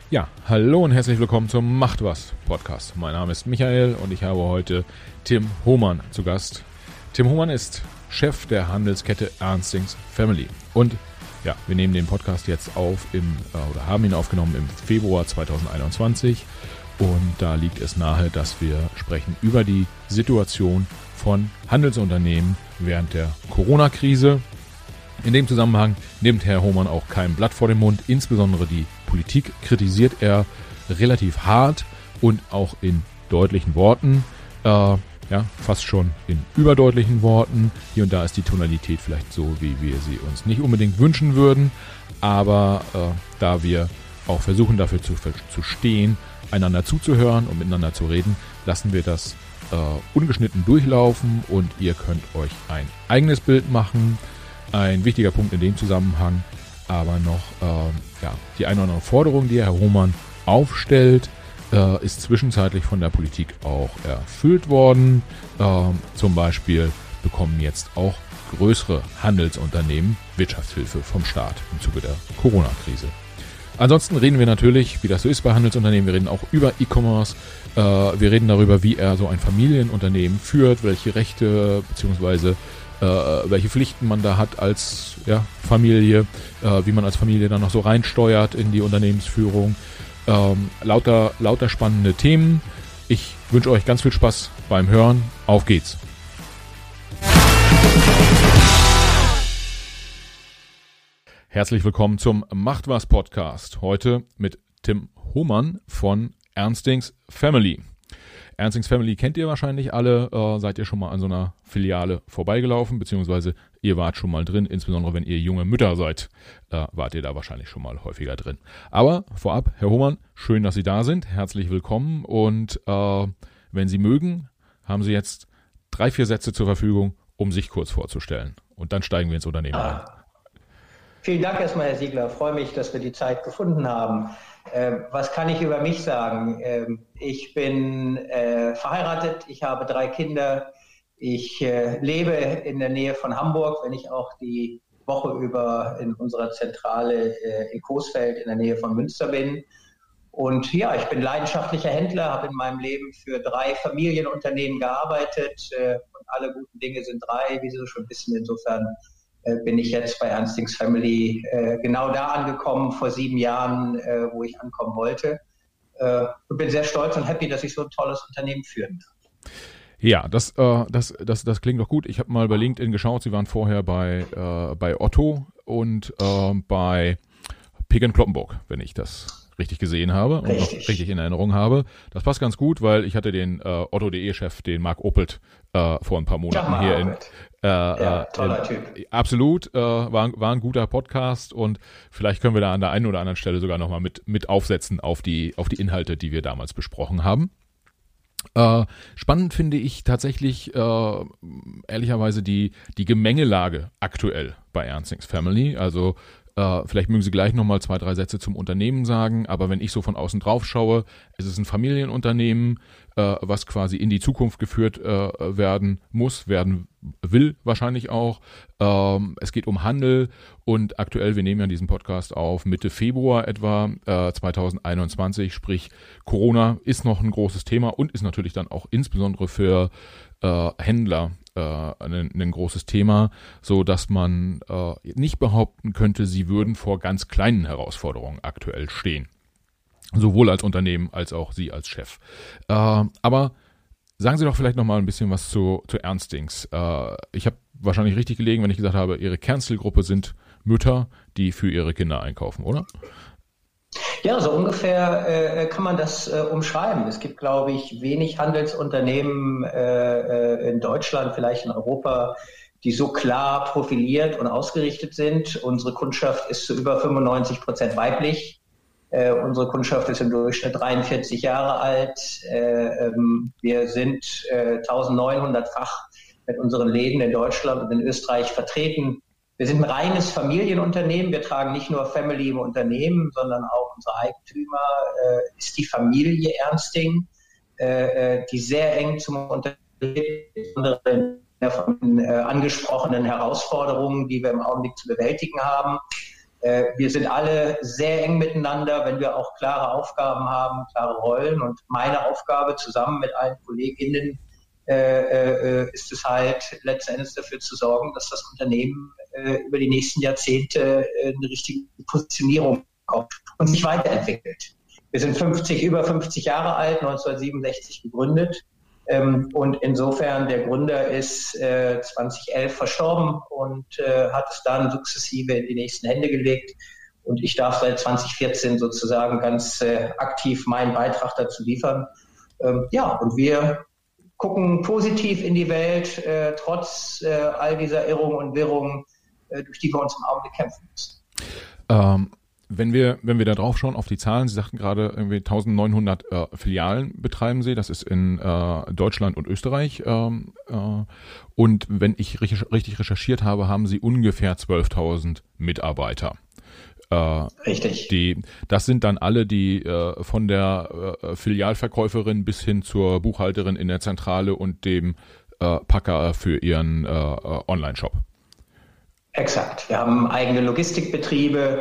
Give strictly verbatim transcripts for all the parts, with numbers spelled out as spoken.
Ja, hallo und herzlich willkommen zum Macht was Podcast. Mein Name ist Michael und ich habe heute Tim Hohmann zu Gast. Tim Hohmann ist Chef der Handelskette Ernstings Family. Und ja, wir nehmen den Podcast jetzt auf im, oder haben ihn aufgenommen im Februar zweitausendeinundzwanzig. Und da liegt es nahe, dass wir sprechen über die Situation von Handelsunternehmen während der Corona-Krise. In dem Zusammenhang nimmt Herr Hohmann auch kein Blatt vor den Mund. Insbesondere die Politik kritisiert er relativ hart und auch in deutlichen Worten. Äh, ja, fast schon in überdeutlichen Worten. Hier und da ist die Tonalität vielleicht so, wie wir sie uns nicht unbedingt wünschen würden. Aber äh, da wir auch versuchen, dafür zu, zu stehen, einander zuzuhören und miteinander zu reden, lassen wir das äh, ungeschnitten durchlaufen und ihr könnt euch ein eigenes Bild machen. Ein wichtiger Punkt in dem Zusammenhang, aber noch äh, ja, die eine oder andere Forderung, die Herr Hohmann aufstellt, äh, ist zwischenzeitlich von der Politik auch erfüllt worden. Äh, zum Beispiel bekommen jetzt auch größere Handelsunternehmen Wirtschaftshilfe vom Staat im Zuge der Corona-Krise. Ansonsten reden wir natürlich, wie das so ist bei Handelsunternehmen, wir reden auch über E-Commerce, äh, wir reden darüber, wie er so ein Familienunternehmen führt, welche Rechte bzw. Äh, welche Pflichten man da hat als ja, Familie, äh, wie man als Familie dann noch so reinsteuert in die Unternehmensführung. Ähm, lauter, lauter spannende Themen. Ich wünsche euch ganz viel Spaß beim Hören. Auf geht's! Herzlich willkommen zum Macht was Podcast. Heute mit Tim Hohmann von Ernstings Family. Ernstings Family kennt ihr wahrscheinlich alle, äh, seid ihr schon mal an so einer Filiale vorbeigelaufen, beziehungsweise ihr wart schon mal drin, insbesondere wenn ihr junge Mütter seid, äh, wart ihr da wahrscheinlich schon mal häufiger drin. Aber vorab, Herr Hohmann, schön, dass Sie da sind, herzlich willkommen und äh, wenn Sie mögen, haben Sie jetzt drei, vier Sätze zur Verfügung, um sich kurz vorzustellen und dann steigen wir ins Unternehmen ein. Vielen Dank erstmal, Herr Siegler, freue mich, dass wir die Zeit gefunden haben. Äh, was kann ich über mich sagen? Äh, ich bin äh, verheiratet, ich habe drei Kinder, ich äh, lebe in der Nähe von Hamburg, wenn ich auch die Woche über in unserer Zentrale äh, in Coesfeld in der Nähe von Münster bin. Und ja, ich bin leidenschaftlicher Händler, habe in meinem Leben für drei Familienunternehmen gearbeitet äh, und alle guten Dinge sind drei, wie Sie so schon wissen. Insofern bin ich jetzt bei Ernstings Family äh, genau da angekommen, vor sieben Jahren, äh, wo ich ankommen wollte. Äh, und bin sehr stolz und happy, dass ich so ein tolles Unternehmen führen darf. Ja, das, äh, das, das, das klingt doch gut. Ich habe mal bei LinkedIn geschaut, Sie waren vorher bei, äh, bei Otto und äh, bei Pig and Kloppenburg, wenn ich das richtig gesehen habe und richtig. noch richtig in Erinnerung habe. Das passt ganz gut, weil ich hatte den äh, Otto.de-Chef, den Marc Opelt, äh, vor ein paar Monaten ja, hier in äh, ja, äh, toller in, Typ. Absolut, äh, war, war ein guter Podcast und vielleicht können wir da an der einen oder anderen Stelle sogar nochmal mit, mit aufsetzen auf die, auf die Inhalte, die wir damals besprochen haben. Äh, spannend finde ich tatsächlich äh, ehrlicherweise die, die Gemengelage aktuell bei Ernstings Family. Also äh, vielleicht mögen Sie gleich nochmal zwei, drei Sätze zum Unternehmen sagen, aber wenn ich so von außen drauf schaue, es ist ein Familienunternehmen, äh, was quasi in die Zukunft geführt äh, werden muss, werden will wahrscheinlich auch. Ähm, es geht um Handel und aktuell, wir nehmen ja diesen Podcast auf Mitte Februar etwa äh, zweitausendeinundzwanzig, sprich Corona ist noch ein großes Thema und ist natürlich dann auch insbesondere für äh, Händler äh, ein, ein großes Thema, so dass man äh, nicht behaupten könnte, sie würden vor ganz kleinen Herausforderungen aktuell stehen. Sowohl als Unternehmen als auch Sie als Chef. Äh, aber sagen Sie doch vielleicht noch mal ein bisschen was zu, zu Ernstings. Äh, ich habe wahrscheinlich richtig gelegen, wenn ich gesagt habe, Ihre Kernzielgruppe sind Mütter, die für ihre Kinder einkaufen, oder? Ja, so ungefähr äh, kann man das äh, umschreiben. Es gibt, glaube ich, wenig Handelsunternehmen äh, in Deutschland, vielleicht in Europa, die so klar profiliert und ausgerichtet sind. Unsere Kundschaft ist zu über fünfundneunzig Prozent weiblich. Äh, unsere Kundschaft ist im Durchschnitt dreiundvierzig Jahre alt. Äh, ähm, wir sind äh, eintausendneunhundert-fach mit unseren Läden in Deutschland und in Österreich vertreten. Wir sind ein reines Familienunternehmen. Wir tragen nicht nur Family im Unternehmen, sondern auch unser Eigentümer äh, ist die Familie Ernsting, äh, die sehr eng zum Unternehmen, insbesondere von äh, angesprochenen Herausforderungen, die wir im Augenblick zu bewältigen haben. Wir sind alle sehr eng miteinander, wenn wir auch klare Aufgaben haben, klare Rollen. Und meine Aufgabe zusammen mit allen KollegInnen äh, äh, ist es halt letzten Endes dafür zu sorgen, dass das Unternehmen äh, über die nächsten Jahrzehnte äh, eine richtige Positionierung bekommt und sich weiterentwickelt. Wir sind fünfzig, über fünfzig Jahre alt, neunzehnhundertsiebenundsechzig gegründet. Ähm, und insofern, der Gründer ist äh, zweitausendelf verstorben und äh, hat es dann sukzessive in die nächsten Hände gelegt. Und ich darf seit zweitausendvierzehn sozusagen ganz äh, aktiv meinen Beitrag dazu liefern. Ähm, ja, und wir gucken positiv in die Welt, äh, trotz äh, all dieser Irrungen und Wirrungen, äh, durch die wir uns im Augenblick kämpfen müssen. Ähm. Wenn wir, wenn wir da drauf schauen auf die Zahlen, Sie sagten gerade irgendwie eintausendneunhundert äh, Filialen betreiben Sie, das ist in äh, Deutschland und Österreich. Ähm, äh, und wenn ich richtig, richtig recherchiert habe, haben Sie ungefähr zwölftausend Mitarbeiter. Äh, Richtig. Die, das sind dann alle, die äh, von der äh, Filialverkäuferin bis hin zur Buchhalterin in der Zentrale und dem äh, Packer für Ihren äh, Online-Shop. Exakt. Wir haben eigene Logistikbetriebe.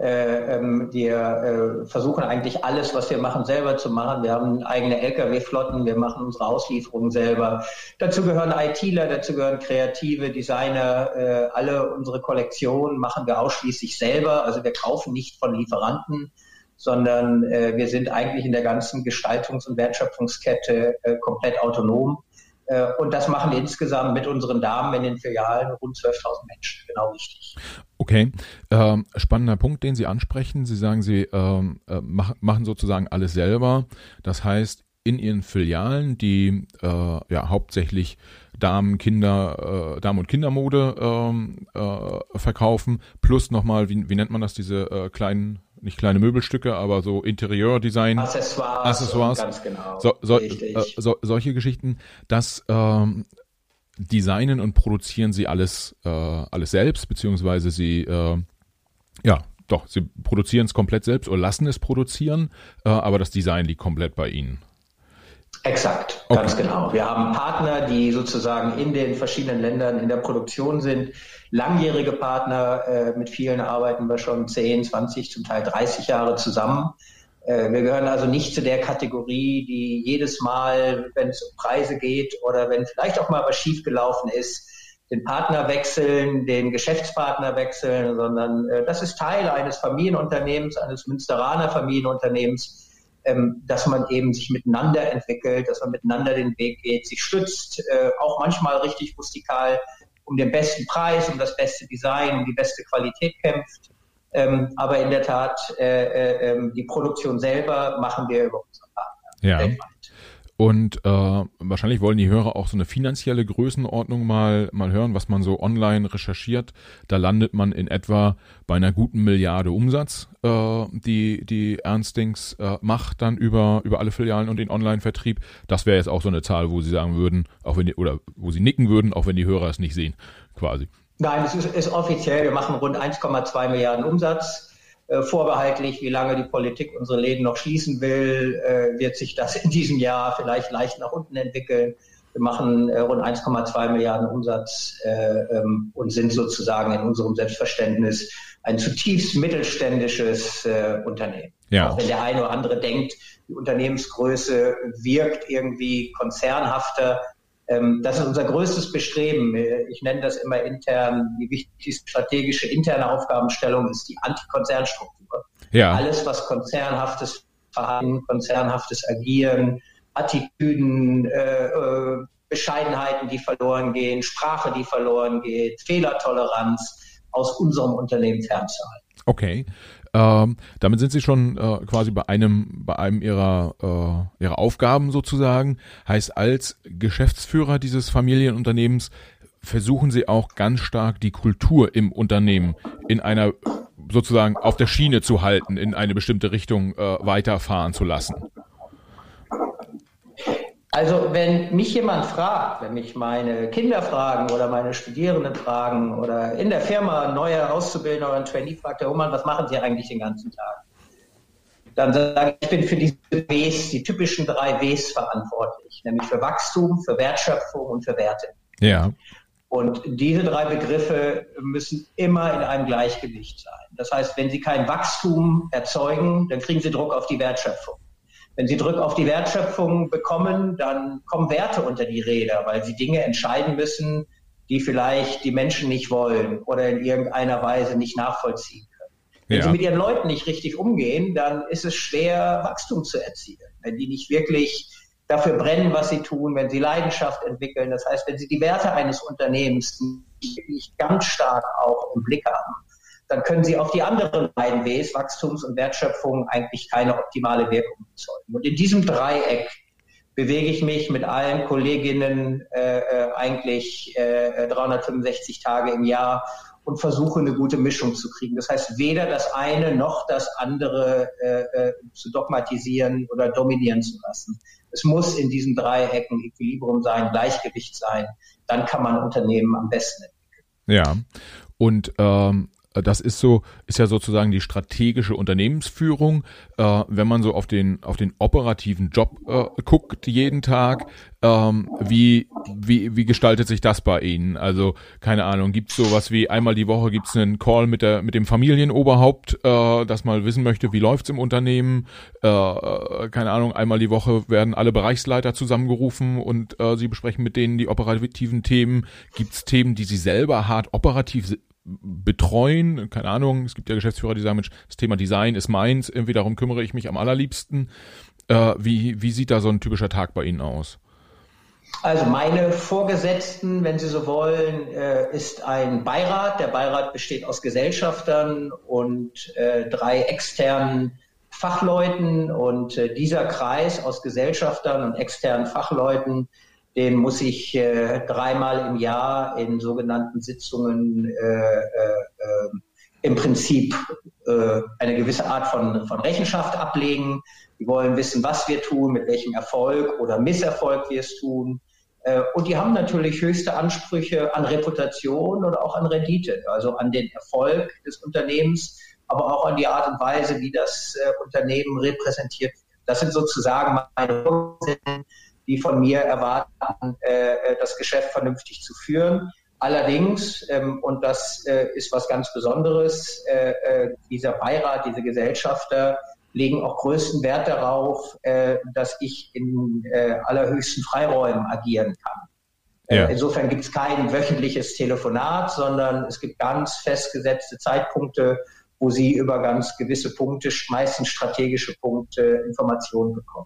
Wir versuchen eigentlich alles, was wir machen, selber zu machen. Wir haben eigene L K W-Flotten, wir machen unsere Auslieferungen selber. Dazu gehören ITler, dazu gehören Kreative, Designer. Alle unsere Kollektionen machen wir ausschließlich selber. Also wir kaufen nicht von Lieferanten, sondern wir sind eigentlich in der ganzen Gestaltungs- und Wertschöpfungskette komplett autonom. Und das machen wir insgesamt mit unseren Damen in den Filialen rund zwölftausend Menschen, genau richtig. Okay, ähm, spannender Punkt, den Sie ansprechen. Sie sagen, Sie ähm, äh, mach, machen sozusagen alles selber. Das heißt, in Ihren Filialen, die äh, ja hauptsächlich Damen, Kinder, äh, Damen- und Kindermode ähm, äh, verkaufen, plus nochmal, wie, wie nennt man das, diese äh, kleinen, nicht kleine Möbelstücke, aber so Interieurdesign. Accessoires. Accessoires. Ganz genau. So, so, äh, so, solche Geschichten, das ähm, designen und produzieren Sie alles, äh, alles selbst, beziehungsweise Sie, äh, ja, doch, Sie produzieren es komplett selbst oder lassen es produzieren, äh, aber das Design liegt komplett bei Ihnen. Exakt, okay. Ganz genau. Wir haben Partner, die sozusagen in den verschiedenen Ländern in der Produktion sind, langjährige Partner, äh, mit vielen arbeiten wir schon zehn, zwanzig, zum Teil dreißig Jahre zusammen. Äh, wir gehören also nicht zu der Kategorie, die jedes Mal, wenn es um Preise geht oder wenn vielleicht auch mal was schiefgelaufen ist, den Partner wechseln, den Geschäftspartner wechseln, sondern äh, das ist Teil eines Familienunternehmens, eines Münsteraner Familienunternehmens, ähm, dass man eben sich miteinander entwickelt, dass man miteinander den Weg geht, sich stützt, äh, auch manchmal richtig rustikal um den besten Preis, um das beste Design, um die beste Qualität kämpft. Ähm, aber in der Tat, äh, äh, die Produktion selber machen wir über unsere Partner. Ja. Weltweit. Und äh, wahrscheinlich wollen die Hörer auch so eine finanzielle Größenordnung mal mal hören, was man so online recherchiert. Da landet man in etwa bei einer guten Milliarde Umsatz, äh, die die Ernstings äh, macht dann über über alle Filialen und den Online-Vertrieb. Das wäre jetzt auch so eine Zahl, wo Sie sagen würden, auch wenn die, oder wo Sie nicken würden, auch wenn die Hörer es nicht sehen, quasi. Nein, es ist, ist offiziell. Wir machen rund eins Komma zwei Milliarden Umsatz. Äh, vorbehaltlich, wie lange die Politik unsere Läden noch schließen will, äh, wird sich das in diesem Jahr vielleicht leicht nach unten entwickeln. Wir machen äh, rund eins Komma zwei Milliarden Umsatz äh, ähm, und sind sozusagen in unserem Selbstverständnis ein zutiefst mittelständisches äh, Unternehmen. Ja. Auch wenn der eine oder andere denkt, die Unternehmensgröße wirkt irgendwie konzernhafter. Ähm, das ist unser größtes Bestreben. Ich nenne das immer intern, die wichtigste strategische interne Aufgabenstellung ist die Antikonzernstruktur. Ja. Alles, was konzernhaftes Verhalten, konzernhaftes Agieren, Attitüden, äh, äh, Bescheidenheiten, die verloren gehen, Sprache, die verloren geht, Fehlertoleranz aus unserem Unternehmen fernzuhalten. Okay. Ähm, damit sind Sie schon äh, quasi bei einem bei einem ihrer äh, ihrer Aufgaben sozusagen. Heißt, als Geschäftsführer dieses Familienunternehmens versuchen Sie auch ganz stark die Kultur im Unternehmen in einer sozusagen auf der Schiene zu halten, in eine bestimmte Richtung äh, weiterfahren zu lassen. Also wenn mich jemand fragt, wenn mich meine Kinder fragen oder meine Studierenden fragen oder in der Firma ein neuer Auszubildender oder ein Trainee fragt, Herr Hohmann, was machen Sie eigentlich den ganzen Tag? Dann sage ich, ich bin für diese Ws, die typischen drei Ws verantwortlich, nämlich für Wachstum, für Wertschöpfung und für Werte. Ja. Und diese drei Begriffe müssen immer in einem Gleichgewicht sein. Das heißt, wenn Sie kein Wachstum erzeugen, dann kriegen Sie Druck auf die Wertschöpfung. Wenn Sie Druck auf die Wertschöpfung bekommen, dann kommen Werte unter die Räder, weil Sie Dinge entscheiden müssen, die vielleicht die Menschen nicht wollen oder in irgendeiner Weise nicht nachvollziehen können. Wenn ja. Sie mit Ihren Leuten nicht richtig umgehen, dann ist es schwer, Wachstum zu erzielen. Wenn die nicht wirklich dafür brennen, was sie tun, wenn sie Leidenschaft entwickeln. Das heißt, wenn sie die Werte eines Unternehmens nicht ganz stark auch im Blick haben, dann können sie auf die anderen beiden Ws, Wachstums- und Wertschöpfung, eigentlich keine optimale Wirkung erzeugen. Und in diesem Dreieck bewege ich mich mit allen Kolleginnen äh, eigentlich äh, dreihundertfünfundsechzig Tage im Jahr und versuche, eine gute Mischung zu kriegen. Das heißt, weder das eine noch das andere äh, äh, zu dogmatisieren oder dominieren zu lassen. Es muss in diesen Dreiecken Equilibrium sein, Gleichgewicht sein. Dann kann man Unternehmen am besten entwickeln. Ja, und ähm, das ist so, ist ja sozusagen die strategische Unternehmensführung. Äh, wenn man so auf den auf den operativen Job äh, guckt jeden Tag, ähm, wie wie wie gestaltet sich das bei Ihnen? Also keine Ahnung, gibt's sowas wie einmal die Woche gibt's einen Call mit der mit dem Familienoberhaupt, äh, das mal wissen möchte, wie läuft's im Unternehmen? Äh, keine Ahnung, einmal die Woche werden alle Bereichsleiter zusammengerufen und äh, Sie besprechen mit denen die operativen Themen. Gibt's Themen, die Sie selber hart operativ betreuen, keine Ahnung, es gibt ja Geschäftsführer, die sagen, Mensch, das Thema Design ist meins, irgendwie darum kümmere ich mich am allerliebsten. Äh, wie, wie sieht da so ein typischer Tag bei Ihnen aus? Also meine Vorgesetzten, wenn Sie so wollen, äh, ist ein Beirat. Der Beirat besteht aus Gesellschaftern und äh, drei externen Fachleuten und äh, dieser Kreis aus Gesellschaftern und externen Fachleuten, den muss ich äh, dreimal im Jahr in sogenannten Sitzungen äh, äh, im Prinzip äh, eine gewisse Art von, von Rechenschaft ablegen. Die wollen wissen, was wir tun, mit welchem Erfolg oder Misserfolg wir es tun. Äh, und die haben natürlich höchste Ansprüche an Reputation und auch an Rendite, also an den Erfolg des Unternehmens, aber auch an die Art und Weise, wie das äh, Unternehmen repräsentiert wird. Das sind sozusagen meine Vorgesetzten, die von mir erwarten, äh, das Geschäft vernünftig zu führen. Allerdings, ähm, und das äh, ist was ganz Besonderes, äh, äh, dieser Beirat, diese Gesellschafter legen auch größten Wert darauf, äh, dass ich in äh, allerhöchsten Freiräumen agieren kann. Ja. Äh, insofern gibt es kein wöchentliches Telefonat, sondern es gibt ganz festgesetzte Zeitpunkte, wo Sie über ganz gewisse Punkte, meistens strategische Punkte, Informationen bekommen.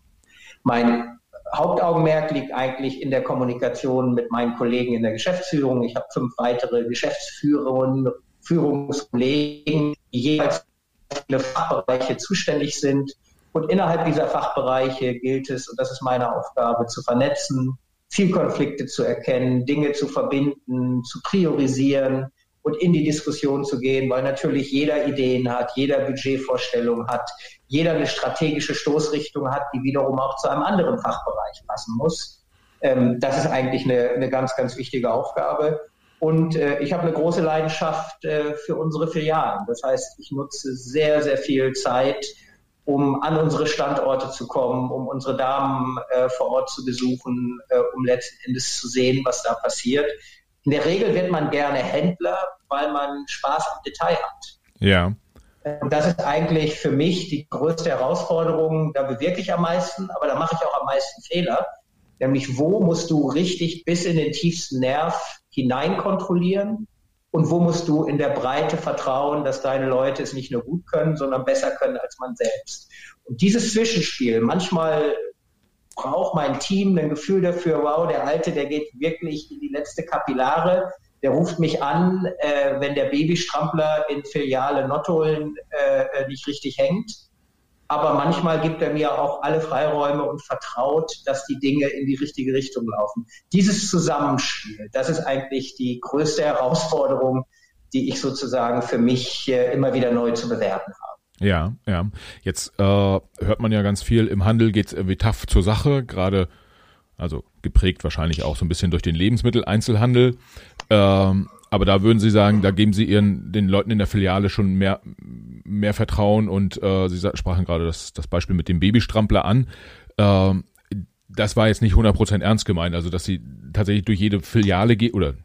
Mein Hauptaugenmerk liegt eigentlich in der Kommunikation mit meinen Kollegen in der Geschäftsführung. Ich habe fünf weitere Geschäftsführerinnen, Führungskollegen, die jeweils für viele Fachbereiche zuständig sind. Und innerhalb dieser Fachbereiche gilt es, und das ist meine Aufgabe, zu vernetzen, Zielkonflikte zu erkennen, Dinge zu verbinden, zu priorisieren und in die Diskussion zu gehen, weil natürlich jeder Ideen hat, jeder Budgetvorstellungen hat, jeder eine strategische Stoßrichtung hat, die wiederum auch zu einem anderen Fachbereich passen muss. Ähm, das ist eigentlich eine, eine ganz, ganz wichtige Aufgabe. Und äh, ich habe eine große Leidenschaft äh, für unsere Filialen. Das heißt, ich nutze sehr, sehr viel Zeit, um an unsere Standorte zu kommen, um unsere Damen äh, vor Ort zu besuchen, äh, um letzten Endes zu sehen, was da passiert. In der Regel wird man gerne Händler, weil man Spaß am Detail hat. Ja. Und das ist eigentlich für mich die größte Herausforderung. Da bewirke ich am meisten, aber da mache ich auch am meisten Fehler. Nämlich, wo musst du richtig bis in den tiefsten Nerv hinein kontrollieren und wo musst du in der Breite vertrauen, dass deine Leute es nicht nur gut können, sondern besser können als man selbst. Und dieses Zwischenspiel, manchmal braucht mein Team ein Gefühl dafür, wow, der Alte, der geht wirklich in die letzte Kapillare, der ruft mich an, äh, wenn der Babystrampler in Filiale Nottuln äh, nicht richtig hängt. Aber manchmal gibt er mir auch alle Freiräume und vertraut, dass die Dinge in die richtige Richtung laufen. Dieses Zusammenspiel, das ist eigentlich die größte Herausforderung, die ich sozusagen für mich äh, immer wieder neu zu bewerten habe. Ja, ja. Jetzt äh, hört man ja ganz viel, im Handel geht's irgendwie tough zur Sache, gerade, also geprägt wahrscheinlich auch so ein bisschen durch den Lebensmitteleinzelhandel. Ähm, aber da würden Sie sagen, da geben Sie Ihren den Leuten in der Filiale schon mehr mehr Vertrauen und äh, Sie sprachen gerade das, das Beispiel mit dem Babystrampler an. Ähm, das war jetzt nicht hundert Prozent ernst gemeint, also dass Sie tatsächlich durch jede Filiale gehen oder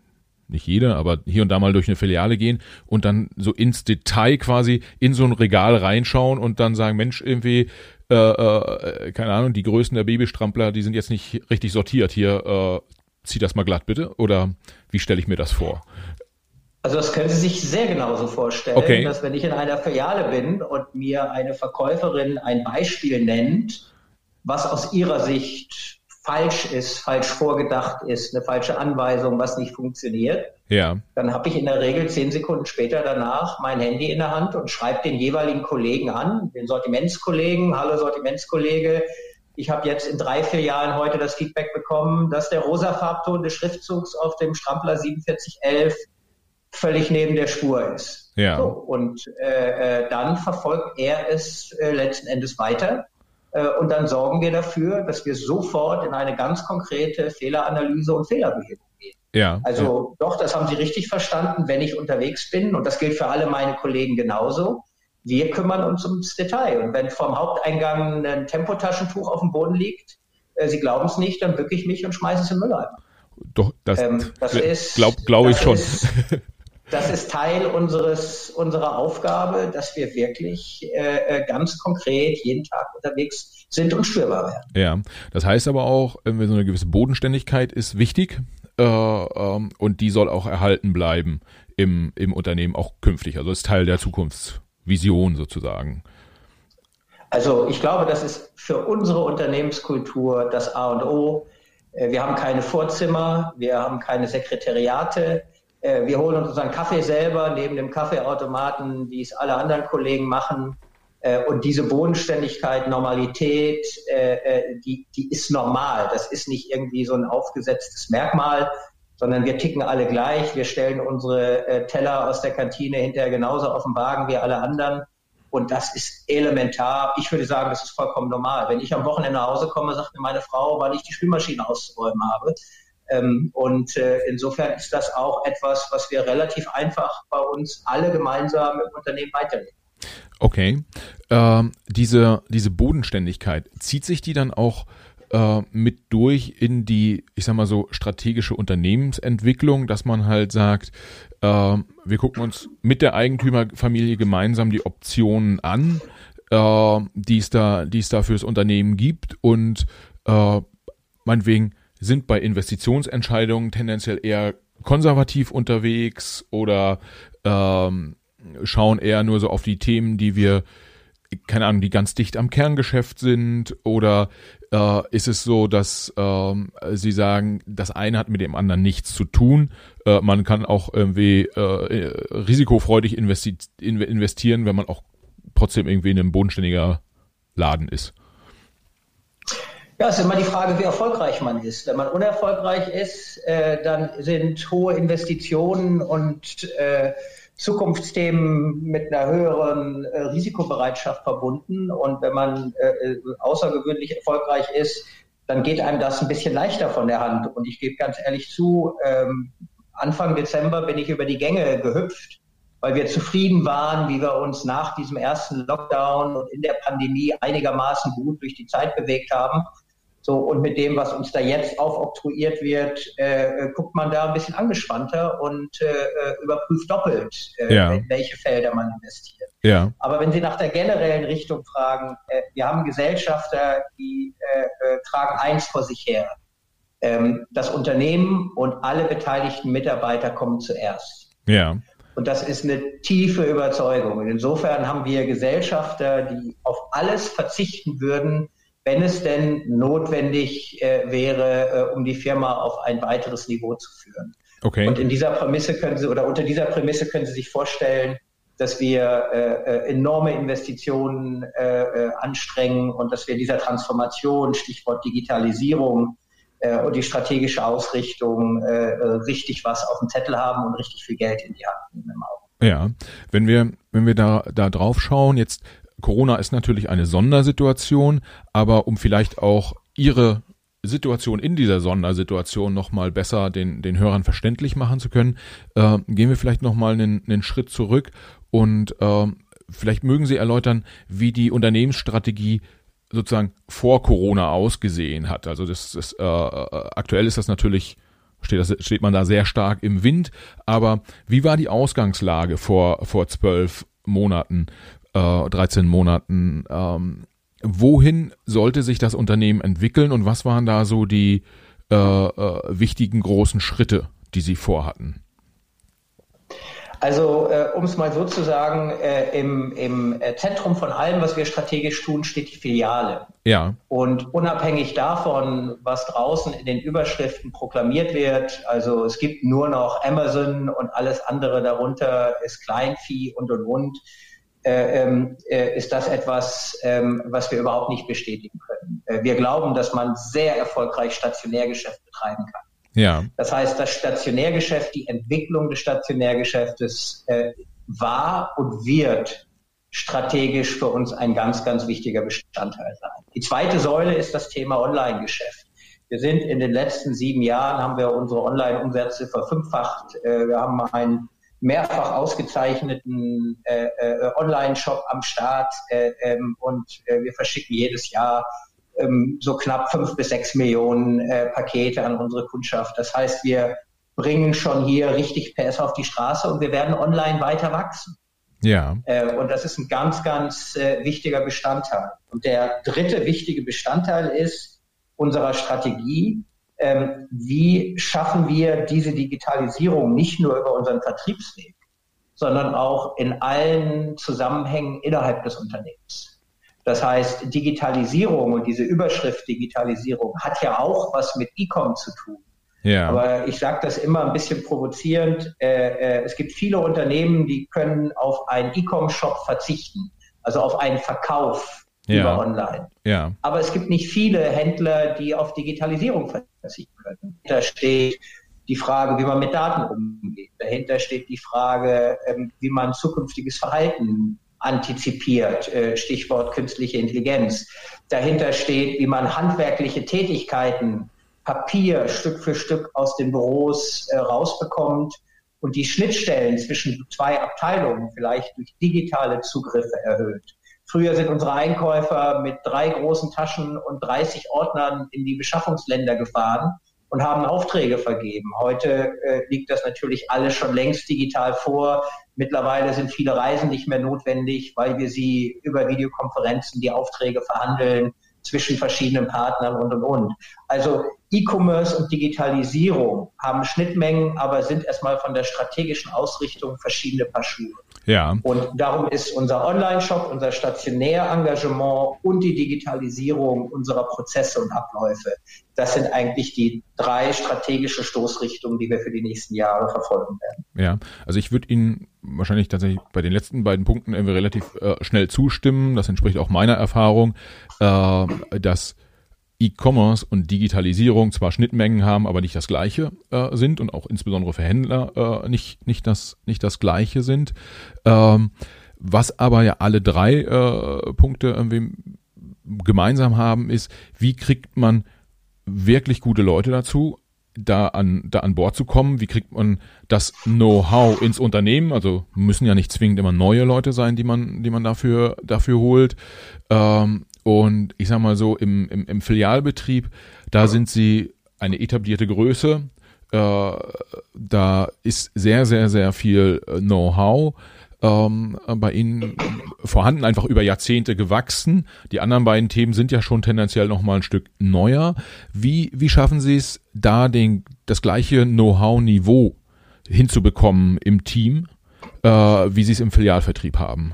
nicht jede, aber hier und da mal durch eine Filiale gehen und dann so ins Detail quasi in so ein Regal reinschauen und dann sagen, Mensch, irgendwie, äh, äh, keine Ahnung, die Größen der Babystrampler, die sind jetzt nicht richtig sortiert hier, äh, zieh das mal glatt bitte, oder wie stelle ich mir das vor? Also das können Sie sich sehr genauso vorstellen, okay. dass wenn ich in einer Filiale bin und mir eine Verkäuferin ein Beispiel nennt, was aus ihrer Sicht falsch ist, falsch vorgedacht ist, eine falsche Anweisung, was nicht funktioniert, ja. dann habe ich in der Regel zehn Sekunden später danach mein Handy in der Hand und schreibe den jeweiligen Kollegen an, den Sortimentskollegen, hallo Sortimentskollege, ich habe jetzt in drei, vier Jahren heute das Feedback bekommen, dass der rosa Farbton des Schriftzugs auf dem Strampler siebenundvierzig elf völlig neben der Spur ist. Ja. So, und äh, dann verfolgt er es äh, letzten Endes weiter. Und dann sorgen wir dafür, dass wir sofort in eine ganz konkrete Fehleranalyse und Fehlerbehebung gehen. Ja, also ja. Doch, das haben Sie richtig verstanden, wenn ich unterwegs bin, und das gilt für alle meine Kollegen genauso, wir kümmern uns ums Detail. Und wenn vorm Haupteingang ein Tempotaschentuch auf dem Boden liegt, äh, Sie glauben es nicht, dann bücke ich mich und schmeiße es in den Mülleimer. Doch, das, ähm, das ist, glaube glaub ich schon. Ist, Das ist Teil unseres, unserer Aufgabe, dass wir wirklich äh, ganz konkret jeden Tag unterwegs sind und spürbar werden. Ja, das heißt aber auch, so eine gewisse Bodenständigkeit ist wichtig äh, ähm, und die soll auch erhalten bleiben im, im Unternehmen auch künftig. Also ist Teil der Zukunftsvision sozusagen. Also ich glaube, das ist für unsere Unternehmenskultur das A und O. Wir haben keine Vorzimmer, wir haben keine Sekretariate. Wir holen uns unseren Kaffee selber neben dem Kaffeeautomaten, wie es alle anderen Kollegen machen. Und diese Bodenständigkeit, Normalität, die, die ist normal. Das ist nicht irgendwie so ein aufgesetztes Merkmal, sondern wir ticken alle gleich. Wir stellen unsere Teller aus der Kantine hinterher genauso auf den Wagen wie alle anderen. Und das ist elementar. Ich würde sagen, das ist vollkommen normal. Wenn ich am Wochenende nach Hause komme, sagt mir meine Frau, wann ich die Spülmaschine auszuräumen habe. Ähm, und äh, insofern ist das auch etwas, was wir relativ einfach bei uns alle gemeinsam im Unternehmen weiterleben. Okay. Ähm, diese, diese Bodenständigkeit, zieht sich die dann auch äh, mit durch in die, ich sag mal so, strategische Unternehmensentwicklung, dass man halt sagt, äh, wir gucken uns mit der Eigentümerfamilie gemeinsam die Optionen an, äh, die es da, die es da fürs Unternehmen gibt und äh, meinetwegen sind bei Investitionsentscheidungen tendenziell eher konservativ unterwegs oder ähm, schauen eher nur so auf die Themen, die wir, keine Ahnung, die ganz dicht am Kerngeschäft sind, oder äh, ist es so, dass ähm, Sie sagen, das eine hat mit dem anderen nichts zu tun, äh, man kann auch irgendwie äh, risikofreudig investi- investieren, wenn man auch trotzdem irgendwie in einem bodenständiger Laden ist? Ja, es ist immer die Frage, wie erfolgreich man ist. Wenn man unerfolgreich ist, äh, dann sind hohe Investitionen und äh, Zukunftsthemen mit einer höheren äh, Risikobereitschaft verbunden. Und wenn man äh, außergewöhnlich erfolgreich ist, dann geht einem das ein bisschen leichter von der Hand. Und ich gebe ganz ehrlich zu, ähm, Anfang Dezember bin ich über die Gänge gehüpft, weil wir zufrieden waren, wie wir uns nach diesem ersten Lockdown und in der Pandemie einigermaßen gut durch die Zeit bewegt haben. So, und mit dem, was uns da jetzt aufoktroyiert wird, äh, guckt man da ein bisschen angespannter und äh, überprüft doppelt, äh, ja. in welche Felder man investiert. Ja. Aber wenn Sie nach der generellen Richtung fragen, äh, wir haben Gesellschafter, die äh, äh, tragen eins vor sich her. Ähm, das Unternehmen und alle beteiligten Mitarbeiter kommen zuerst. Ja. Und das ist eine tiefe Überzeugung. Und insofern haben wir Gesellschafter, die auf alles verzichten würden, wenn es denn notwendig äh, wäre, äh, um die Firma auf ein weiteres Niveau zu führen. Okay. Und in dieser Prämisse können Sie, oder unter dieser Prämisse können Sie sich vorstellen, dass wir äh, enorme Investitionen äh, anstrengen und dass wir dieser Transformation, Stichwort Digitalisierung äh, und die strategische Ausrichtung äh, richtig was auf dem Zettel haben und richtig viel Geld in die Hand nehmen im Auge. Ja, wenn wir, wenn wir da, da drauf schauen, jetzt Corona ist natürlich eine Sondersituation, aber um vielleicht auch Ihre Situation in dieser Sondersituation nochmal besser den, den Hörern verständlich machen zu können, äh, gehen wir vielleicht nochmal einen, einen Schritt zurück und äh, vielleicht mögen Sie erläutern, wie die Unternehmensstrategie sozusagen vor Corona ausgesehen hat. Also das, das äh, aktuell ist das natürlich steht, das, steht man da sehr stark im Wind. Aber wie war die Ausgangslage vor, vor zwölf Monaten, äh, dreizehn Monaten? Ähm, wohin sollte sich das Unternehmen entwickeln und was waren da so die äh, äh, wichtigen großen Schritte, die Sie vorhatten? Also, äh, um es mal so zu sagen, äh, im, im Zentrum von allem, was wir strategisch tun, steht die Filiale. Ja. Und unabhängig davon, was draußen in den Überschriften proklamiert wird, also es gibt nur noch Amazon und alles andere darunter ist Kleinvieh und und und, äh, äh, ist das etwas, äh, was wir überhaupt nicht bestätigen können. Äh, wir glauben, dass man sehr erfolgreich Stationärgeschäft betreiben kann. Ja. Das heißt, das Stationärgeschäft, die Entwicklung des Stationärgeschäftes äh, war und wird strategisch für uns ein ganz, ganz wichtiger Bestandteil sein. Die zweite Säule ist das Thema Online-Geschäft. Wir sind in den letzten sieben Jahren, haben wir unsere Online-Umsätze verfünffacht. Äh, wir haben einen mehrfach ausgezeichneten äh, äh, Online-Shop am Start äh, ähm, und äh, wir verschicken jedes Jahr so knapp fünf bis sechs Millionen äh, Pakete an unsere Kundschaft. Das heißt, wir bringen schon hier richtig P S auf die Straße und wir werden online weiter wachsen. Ja. Äh, und das ist ein ganz, ganz äh, wichtiger Bestandteil. Und der dritte wichtige Bestandteil ist unserer Strategie, ähm, wie schaffen wir diese Digitalisierung nicht nur über unseren Vertriebsweg, sondern auch in allen Zusammenhängen innerhalb des Unternehmens. Das heißt, Digitalisierung und diese Überschrift Digitalisierung hat ja auch was mit E-Com zu tun. Ja. Aber ich sage das immer ein bisschen provozierend. Äh, äh, es gibt viele Unternehmen, die können auf einen E-Com-Shop verzichten, also auf einen Verkauf ja. über Online. Ja. Aber es gibt nicht viele Händler, die auf Digitalisierung verzichten können. Da steht die Frage, wie man mit Daten umgeht. Dahinter steht die Frage, ähm, wie man zukünftiges Verhalten antizipiert, Stichwort künstliche Intelligenz. Dahinter steht, wie man handwerkliche Tätigkeiten, Papier Stück für Stück aus den Büros äh, rausbekommt und die Schnittstellen zwischen zwei Abteilungen vielleicht durch digitale Zugriffe erhöht. Früher sind unsere Einkäufer mit drei großen Taschen und dreißig Ordnern in die Beschaffungsländer gefahren und haben Aufträge vergeben. Heute äh, liegt das natürlich alles schon längst digital vor. Mittlerweile sind viele Reisen nicht mehr notwendig, weil wir sie über Videokonferenzen die Aufträge verhandeln zwischen verschiedenen Partnern und, und, und. Also E-Commerce und Digitalisierung haben Schnittmengen, aber sind erstmal von der strategischen Ausrichtung verschiedene Paar Schuhe. Ja. Und darum ist unser Online-Shop, unser Stationär-Engagement und die Digitalisierung unserer Prozesse und Abläufe, das sind eigentlich die drei strategische Stoßrichtungen, die wir für die nächsten Jahre verfolgen werden. Ja, also ich würde Ihnen wahrscheinlich tatsächlich bei den letzten beiden Punkten irgendwie relativ äh, schnell zustimmen. Das entspricht auch meiner Erfahrung, äh, dass E-Commerce und Digitalisierung zwar Schnittmengen haben, aber nicht das Gleiche äh, sind und auch insbesondere für Händler äh, nicht nicht das nicht das Gleiche sind. Ähm, was aber ja alle drei äh, Punkte irgendwie gemeinsam haben, ist, wie kriegt man wirklich gute Leute dazu, da an da an Bord zu kommen? Wie kriegt man das Know-how ins Unternehmen? Also müssen ja nicht zwingend immer neue Leute sein, die man die man dafür dafür holt. Ähm, Und ich sag mal so, im, im, im Filialbetrieb, da sind sie eine etablierte Größe. Äh, da ist sehr, sehr, sehr viel Know-how ähm, bei Ihnen vorhanden, einfach über Jahrzehnte gewachsen. Die anderen beiden Themen sind ja schon tendenziell noch mal ein Stück neuer. Wie, wie schaffen Sie es, da den, das gleiche Know-how-Niveau hinzubekommen im Team, äh, wie Sie es im Filialvertrieb haben?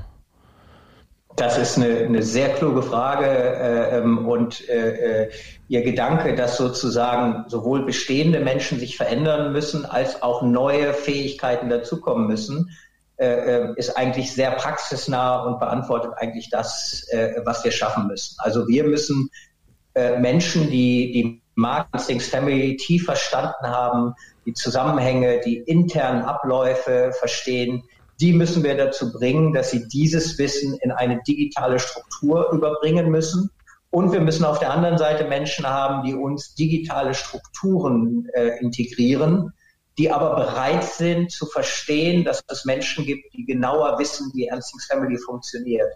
Das ist eine, eine sehr kluge Frage äh, und äh, Ihr Gedanke, dass sozusagen sowohl bestehende Menschen sich verändern müssen, als auch neue Fähigkeiten dazukommen müssen, äh, ist eigentlich sehr praxisnah und beantwortet eigentlich das, äh, was wir schaffen müssen. Also wir müssen äh, Menschen, die die Marke Instincts Family tief verstanden haben, die Zusammenhänge, die internen Abläufe verstehen, die müssen wir dazu bringen, dass sie dieses Wissen in eine digitale Struktur überbringen müssen. Und wir müssen auf der anderen Seite Menschen haben, die uns digitale Strukturen äh, integrieren, die aber bereit sind zu verstehen, dass es Menschen gibt, die genauer wissen, wie Ernstings Family funktioniert.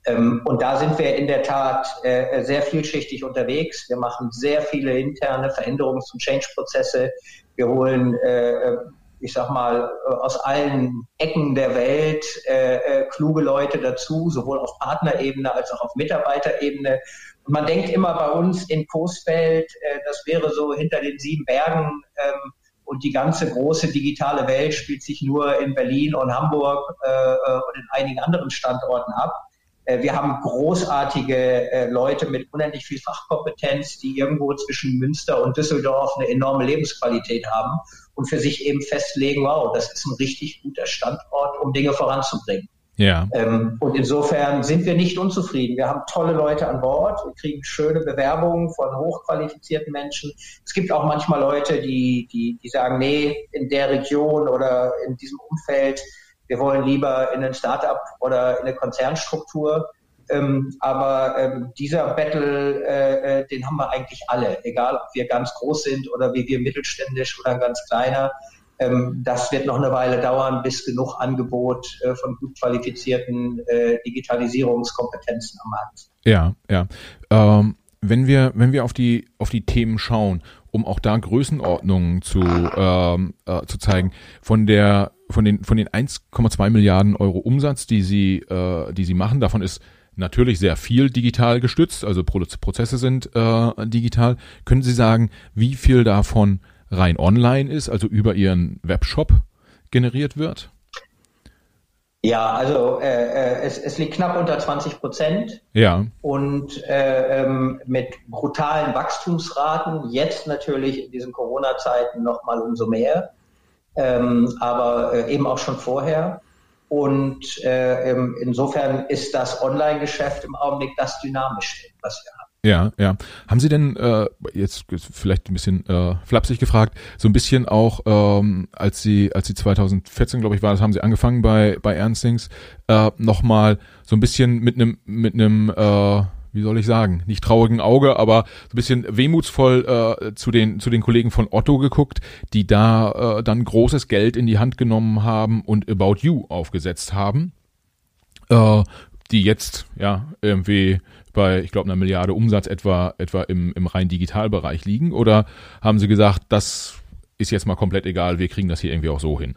Ähm, und da sind wir in der Tat äh, sehr vielschichtig unterwegs. Wir machen sehr viele interne Veränderungs- und Change-Prozesse. Wir holen, äh, ich sag mal, aus allen Ecken der Welt äh, äh, kluge Leute dazu, sowohl auf Partnerebene als auch auf Mitarbeiterebene. Und man denkt immer bei uns in Coesfeld, äh, das wäre so hinter den sieben Bergen, ähm, und die ganze große digitale Welt spielt sich nur in Berlin und Hamburg äh, und in einigen anderen Standorten ab. Äh, wir haben großartige äh, Leute mit unendlich viel Fachkompetenz, die irgendwo zwischen Münster und Düsseldorf eine enorme Lebensqualität haben und für sich eben festlegen, wow, das ist ein richtig guter Standort, um Dinge voranzubringen. Ja. Ähm, und insofern sind wir nicht unzufrieden. Wir haben tolle Leute an Bord, wir kriegen schöne Bewerbungen von hochqualifizierten Menschen. Es gibt auch manchmal Leute, die, die, die sagen, nee, in der Region oder in diesem Umfeld, wir wollen lieber in ein Startup oder in eine Konzernstruktur. Ähm, aber ähm, dieser Battle, äh, den haben wir eigentlich alle, egal ob wir ganz groß sind oder wie wir mittelständisch oder ganz kleiner. Das wird noch eine Weile dauern, bis genug Angebot äh, von gut qualifizierten äh, Digitalisierungskompetenzen am Markt ist. Ja, ja. Ähm, wenn wir, wenn wir auf die, auf die Themen schauen, um auch da Größenordnungen zu, ähm, äh, zu zeigen, von der, von den, von den eins Komma zwei Milliarden Euro Umsatz, die Sie, äh, die Sie machen, davon ist natürlich sehr viel digital gestützt, also Prozesse sind äh, digital. Können Sie sagen, wie viel davon rein online ist, also über Ihren Webshop generiert wird? Ja, also äh, es, es liegt knapp unter zwanzig Prozent. Ja. Und äh, ähm, mit brutalen Wachstumsraten, jetzt natürlich in diesen Corona-Zeiten noch mal umso mehr, ähm, aber äh, eben auch schon vorher. Und äh, insofern ist das Online-Geschäft im Augenblick das Dynamischste, was wir haben. Ja, ja. Haben Sie denn, äh, jetzt vielleicht ein bisschen äh, flapsig gefragt, so ein bisschen auch, ähm, als Sie, als Sie zwanzig vierzehn, glaube ich, war das, haben Sie angefangen bei bei Ernstings, äh, nochmal so ein bisschen mit einem, mit einem, äh, wie soll ich sagen, nicht traurigen Auge, aber so ein bisschen wehmutsvoll äh, zu den zu den Kollegen von Otto geguckt, die da äh, dann großes Geld in die Hand genommen haben und About You aufgesetzt haben, äh, die jetzt ja irgendwie bei, ich glaube, einer Milliarde Umsatz etwa etwa im im rein Digitalbereich liegen? Oder haben Sie gesagt, das ist jetzt mal komplett egal, wir kriegen das hier irgendwie auch so hin?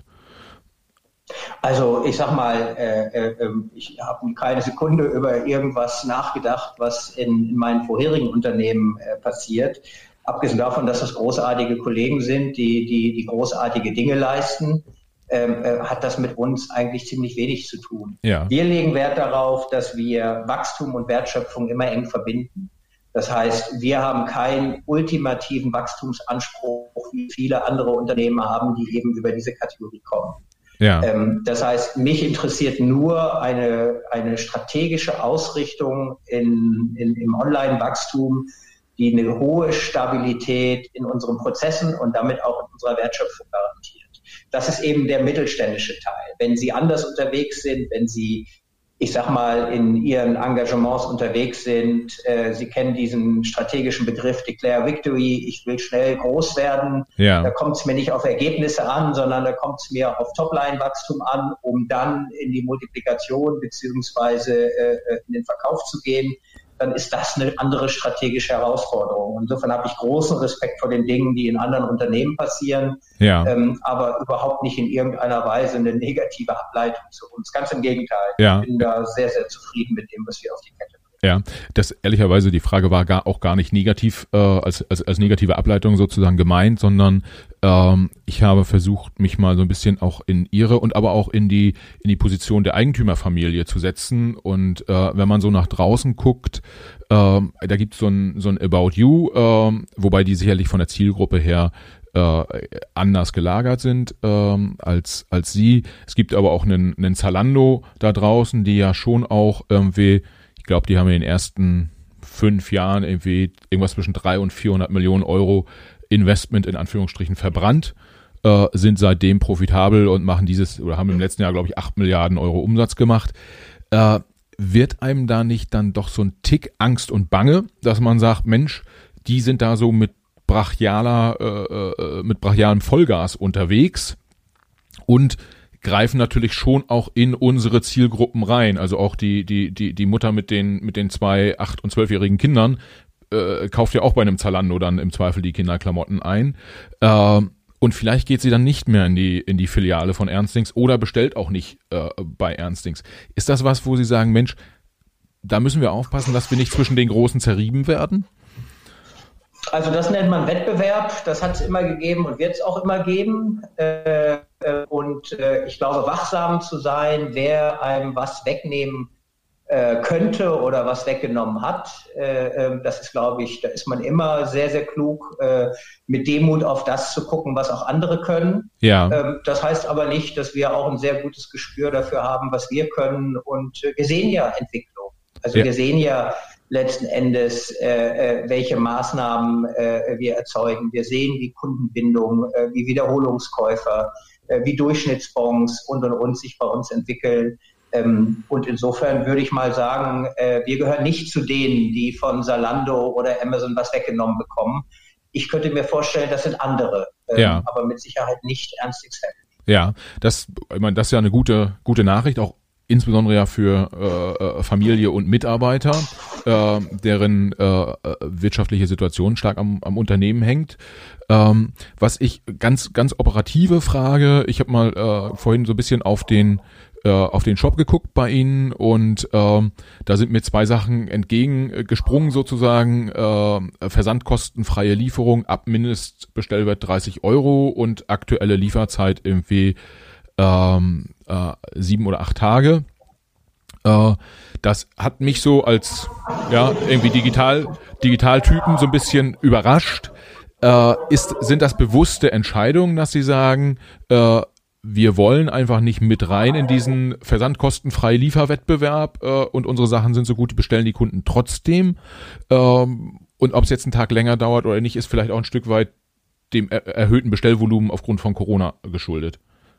Also ich sag mal, äh, äh, ich habe keine Sekunde über irgendwas nachgedacht, was in, in meinen vorherigen Unternehmen äh, passiert. Abgesehen davon, dass das großartige Kollegen sind, die die, die großartige Dinge leisten, Ähm, äh, hat das mit uns eigentlich ziemlich wenig zu tun. Ja. Wir legen Wert darauf, dass wir Wachstum und Wertschöpfung immer eng verbinden. Das heißt, wir haben keinen ultimativen Wachstumsanspruch, wie viele andere Unternehmen haben, die eben über diese Kategorie kommen. Ja. Ähm, das heißt, mich interessiert nur eine, eine strategische Ausrichtung in, in, im Online-Wachstum, die eine hohe Stabilität in unseren Prozessen und damit auch in unserer Wertschöpfung garantiert. Das ist eben der mittelständische Teil. Wenn Sie anders unterwegs sind, wenn Sie, ich sag mal, in Ihren Engagements unterwegs sind, äh, Sie kennen diesen strategischen Begriff Declare Victory, ich will schnell groß werden, ja. Da kommt es mir nicht auf Ergebnisse an, sondern da kommt es mir auf Topline-Wachstum an, um dann in die Multiplikation beziehungsweise äh, in den Verkauf zu gehen. Dann ist das eine andere strategische Herausforderung. Insofern habe ich großen Respekt vor den Dingen, die in anderen Unternehmen passieren, ja. ähm, aber überhaupt nicht in irgendeiner Weise eine negative Ableitung zu uns. Ganz im Gegenteil. Ja. Ich bin da sehr, sehr zufrieden mit dem, was wir auf die Kette bringen. Ja, das ehrlicherweise, die Frage war gar auch gar nicht negativ äh, als, als als negative Ableitung sozusagen gemeint, sondern ähm, ich habe versucht, mich mal so ein bisschen auch in ihre und aber auch in die in die Position der Eigentümerfamilie zu setzen. Und äh, wenn man so nach draußen guckt, äh, da gibt es so ein so ein About You, äh, wobei die sicherlich von der Zielgruppe her äh, anders gelagert sind ähm, als als sie. Es gibt aber auch einen einen Zalando da draußen, die ja schon auch irgendwie, ich glaube, die haben in den ersten fünf Jahren irgendwie irgendwas zwischen dreihundert und vierhundert Millionen Euro Investment in Anführungsstrichen verbrannt, äh, sind seitdem profitabel und machen dieses, oder haben im letzten Jahr, glaube ich, acht Milliarden Euro Umsatz gemacht. Äh, wird einem da nicht dann doch so ein Tick Angst und Bange, dass man sagt, Mensch, die sind da so mit brachialer, äh, äh, mit brachialem Vollgas unterwegs und greifen natürlich schon auch in unsere Zielgruppen rein. Also auch die, die, die, die Mutter mit den, mit den zwei, acht- und zwölfjährigen Kindern, äh, kauft ja auch bei einem Zalando dann im Zweifel die Kinderklamotten ein. Äh, und vielleicht geht sie dann nicht mehr in die, in die Filiale von Ernstings oder bestellt auch nicht äh, bei Ernstings. Ist das was, wo Sie sagen, Mensch, da müssen wir aufpassen, dass wir nicht zwischen den Großen zerrieben werden? Also das nennt man Wettbewerb, das hat es immer gegeben und wird es auch immer geben. Äh, und äh, ich glaube, wachsam zu sein, wer einem was wegnehmen äh, könnte oder was weggenommen hat, äh, das ist, glaube ich, da ist man immer sehr, sehr klug, äh, mit Demut auf das zu gucken, was auch andere können. Ja. Ähm, das heißt aber nicht, dass wir auch ein sehr gutes Gespür dafür haben, was wir können. Und äh, wir sehen ja Entwicklung. Also ja. wir sehen ja letzten Endes, äh, äh, welche Maßnahmen äh, wir erzeugen. Wir sehen, wie Kundenbindung, äh, wie Wiederholungskäufer, äh, wie Durchschnittsbons und und und sich bei uns entwickeln. Ähm, und insofern würde ich mal sagen, äh, wir gehören nicht zu denen, die von Zalando oder Amazon was weggenommen bekommen. Ich könnte mir vorstellen, das sind andere, ähm, ja. aber mit Sicherheit nicht Ernstings Family. Ja, das, ich meine, das ist ja eine gute, gute Nachricht, auch insbesondere ja für äh, Familie und Mitarbeiter, äh, deren äh, wirtschaftliche Situation stark am, am Unternehmen hängt. Ähm, was ich ganz ganz operative Frage, ich habe mal äh, vorhin so ein bisschen auf den äh, auf den Shop geguckt bei Ihnen und ähm, da sind mir zwei Sachen entgegengesprungen sozusagen. Äh, versandkostenfreie Lieferung ab Mindestbestellwert dreißig Euro und aktuelle Lieferzeit irgendwie Ähm, äh, sieben oder acht Tage. Äh, das hat mich so als ja irgendwie digital Digitaltypen so ein bisschen überrascht. Äh, ist sind das bewusste Entscheidungen, dass Sie sagen, äh, wir wollen einfach nicht mit rein in diesen versandkostenfreien Lieferwettbewerb äh, und unsere Sachen sind so gut, bestellen die Kunden trotzdem. Ähm, und ob es jetzt einen Tag länger dauert oder nicht, ist vielleicht auch ein Stück weit dem er- erhöhten Bestellvolumen aufgrund von Corona geschuldet.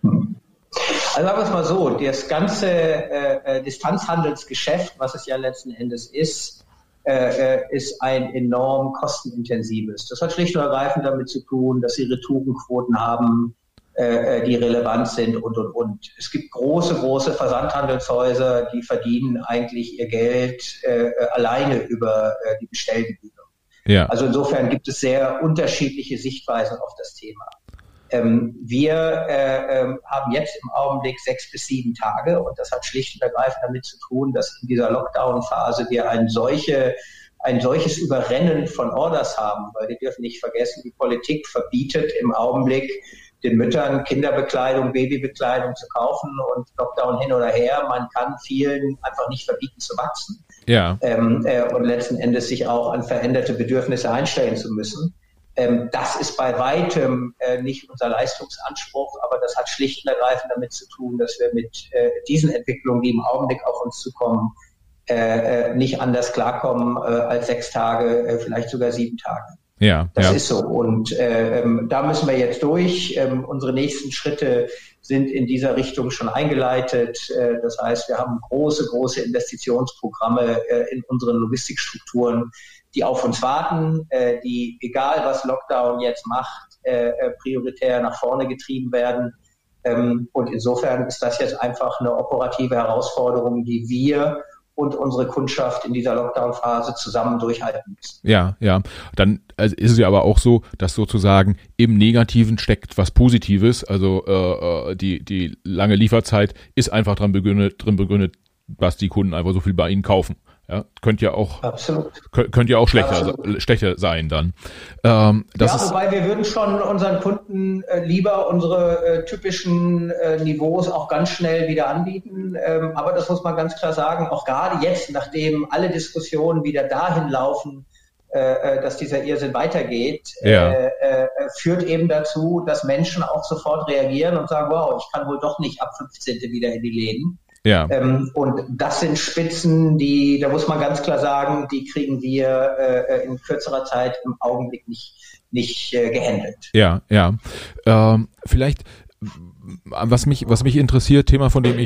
Also sagen wir es mal so, das ganze äh, Distanzhandelsgeschäft, was es ja letzten Endes ist, äh, ist ein enorm kostenintensives. Das hat schlicht und ergreifend damit zu tun, dass sie Retourenquoten haben, äh, die relevant sind und, und, und. Es gibt große, große Versandhandelshäuser, die verdienen eigentlich ihr Geld äh, alleine über äh, die Bestellgebühr. Ja. Also insofern gibt es sehr unterschiedliche Sichtweisen auf das Thema. Ähm, wir äh, äh, haben jetzt im Augenblick sechs bis sieben Tage und das hat schlicht und ergreifend damit zu tun, dass in dieser Lockdown-Phase wir ein, solche, ein solches Überrennen von Orders haben, weil wir dürfen nicht vergessen, die Politik verbietet im Augenblick den Müttern Kinderbekleidung, Babybekleidung zu kaufen und Lockdown hin oder her, man kann vielen einfach nicht verbieten zu wachsen Ja. ähm, äh, und letzten Endes sich auch an veränderte Bedürfnisse einstellen zu müssen. Ähm, das ist bei weitem äh, nicht unser Leistungsanspruch, aber das hat schlicht und ergreifend damit zu tun, dass wir mit äh, diesen Entwicklungen, die im Augenblick auf uns zukommen, äh, äh, nicht anders klarkommen äh, als sechs Tage, äh, vielleicht sogar sieben Tage. Ja, das ja. ist so. Und äh, ähm, da müssen wir jetzt durch. Ähm, unsere nächsten Schritte sind in dieser Richtung schon eingeleitet. Äh, das heißt, wir haben große, große Investitionsprogramme äh, in unseren Logistikstrukturen, die auf uns warten, äh, die, egal was Lockdown jetzt macht, äh, prioritär nach vorne getrieben werden. Ähm, und insofern ist das jetzt einfach eine operative Herausforderung, die wir und unsere Kundschaft in dieser Lockdown-Phase zusammen durchhalten müssen. Ja, ja. Dann also ist es ja aber auch so, dass sozusagen im Negativen steckt was Positives. Also äh, die die lange Lieferzeit ist einfach dran begründet, drin begründet, dass die Kunden einfach so viel bei Ihnen kaufen. Ja, könnte ja auch, Absolut. könnte ja auch schlechter, schlechter sein dann. Ähm, das ja, ist, wobei wir würden schon unseren Kunden äh, lieber unsere äh, typischen äh, Niveaus auch ganz schnell wieder anbieten. Ähm, aber das muss man ganz klar sagen, auch gerade jetzt, nachdem alle Diskussionen wieder dahin laufen, äh, dass dieser Irrsinn weitergeht, ja. äh, äh, führt eben dazu, dass Menschen auch sofort reagieren und sagen, wow, ich kann wohl doch nicht ab fünfzehnten wieder in die Läden. Ja. Ähm, und das sind Spitzen, die, da muss man ganz klar sagen, die kriegen wir äh, in kürzerer Zeit im Augenblick nicht, nicht äh, gehandelt. Ja, ja. Ähm, vielleicht, was mich, was mich interessiert, Thema, von dem ich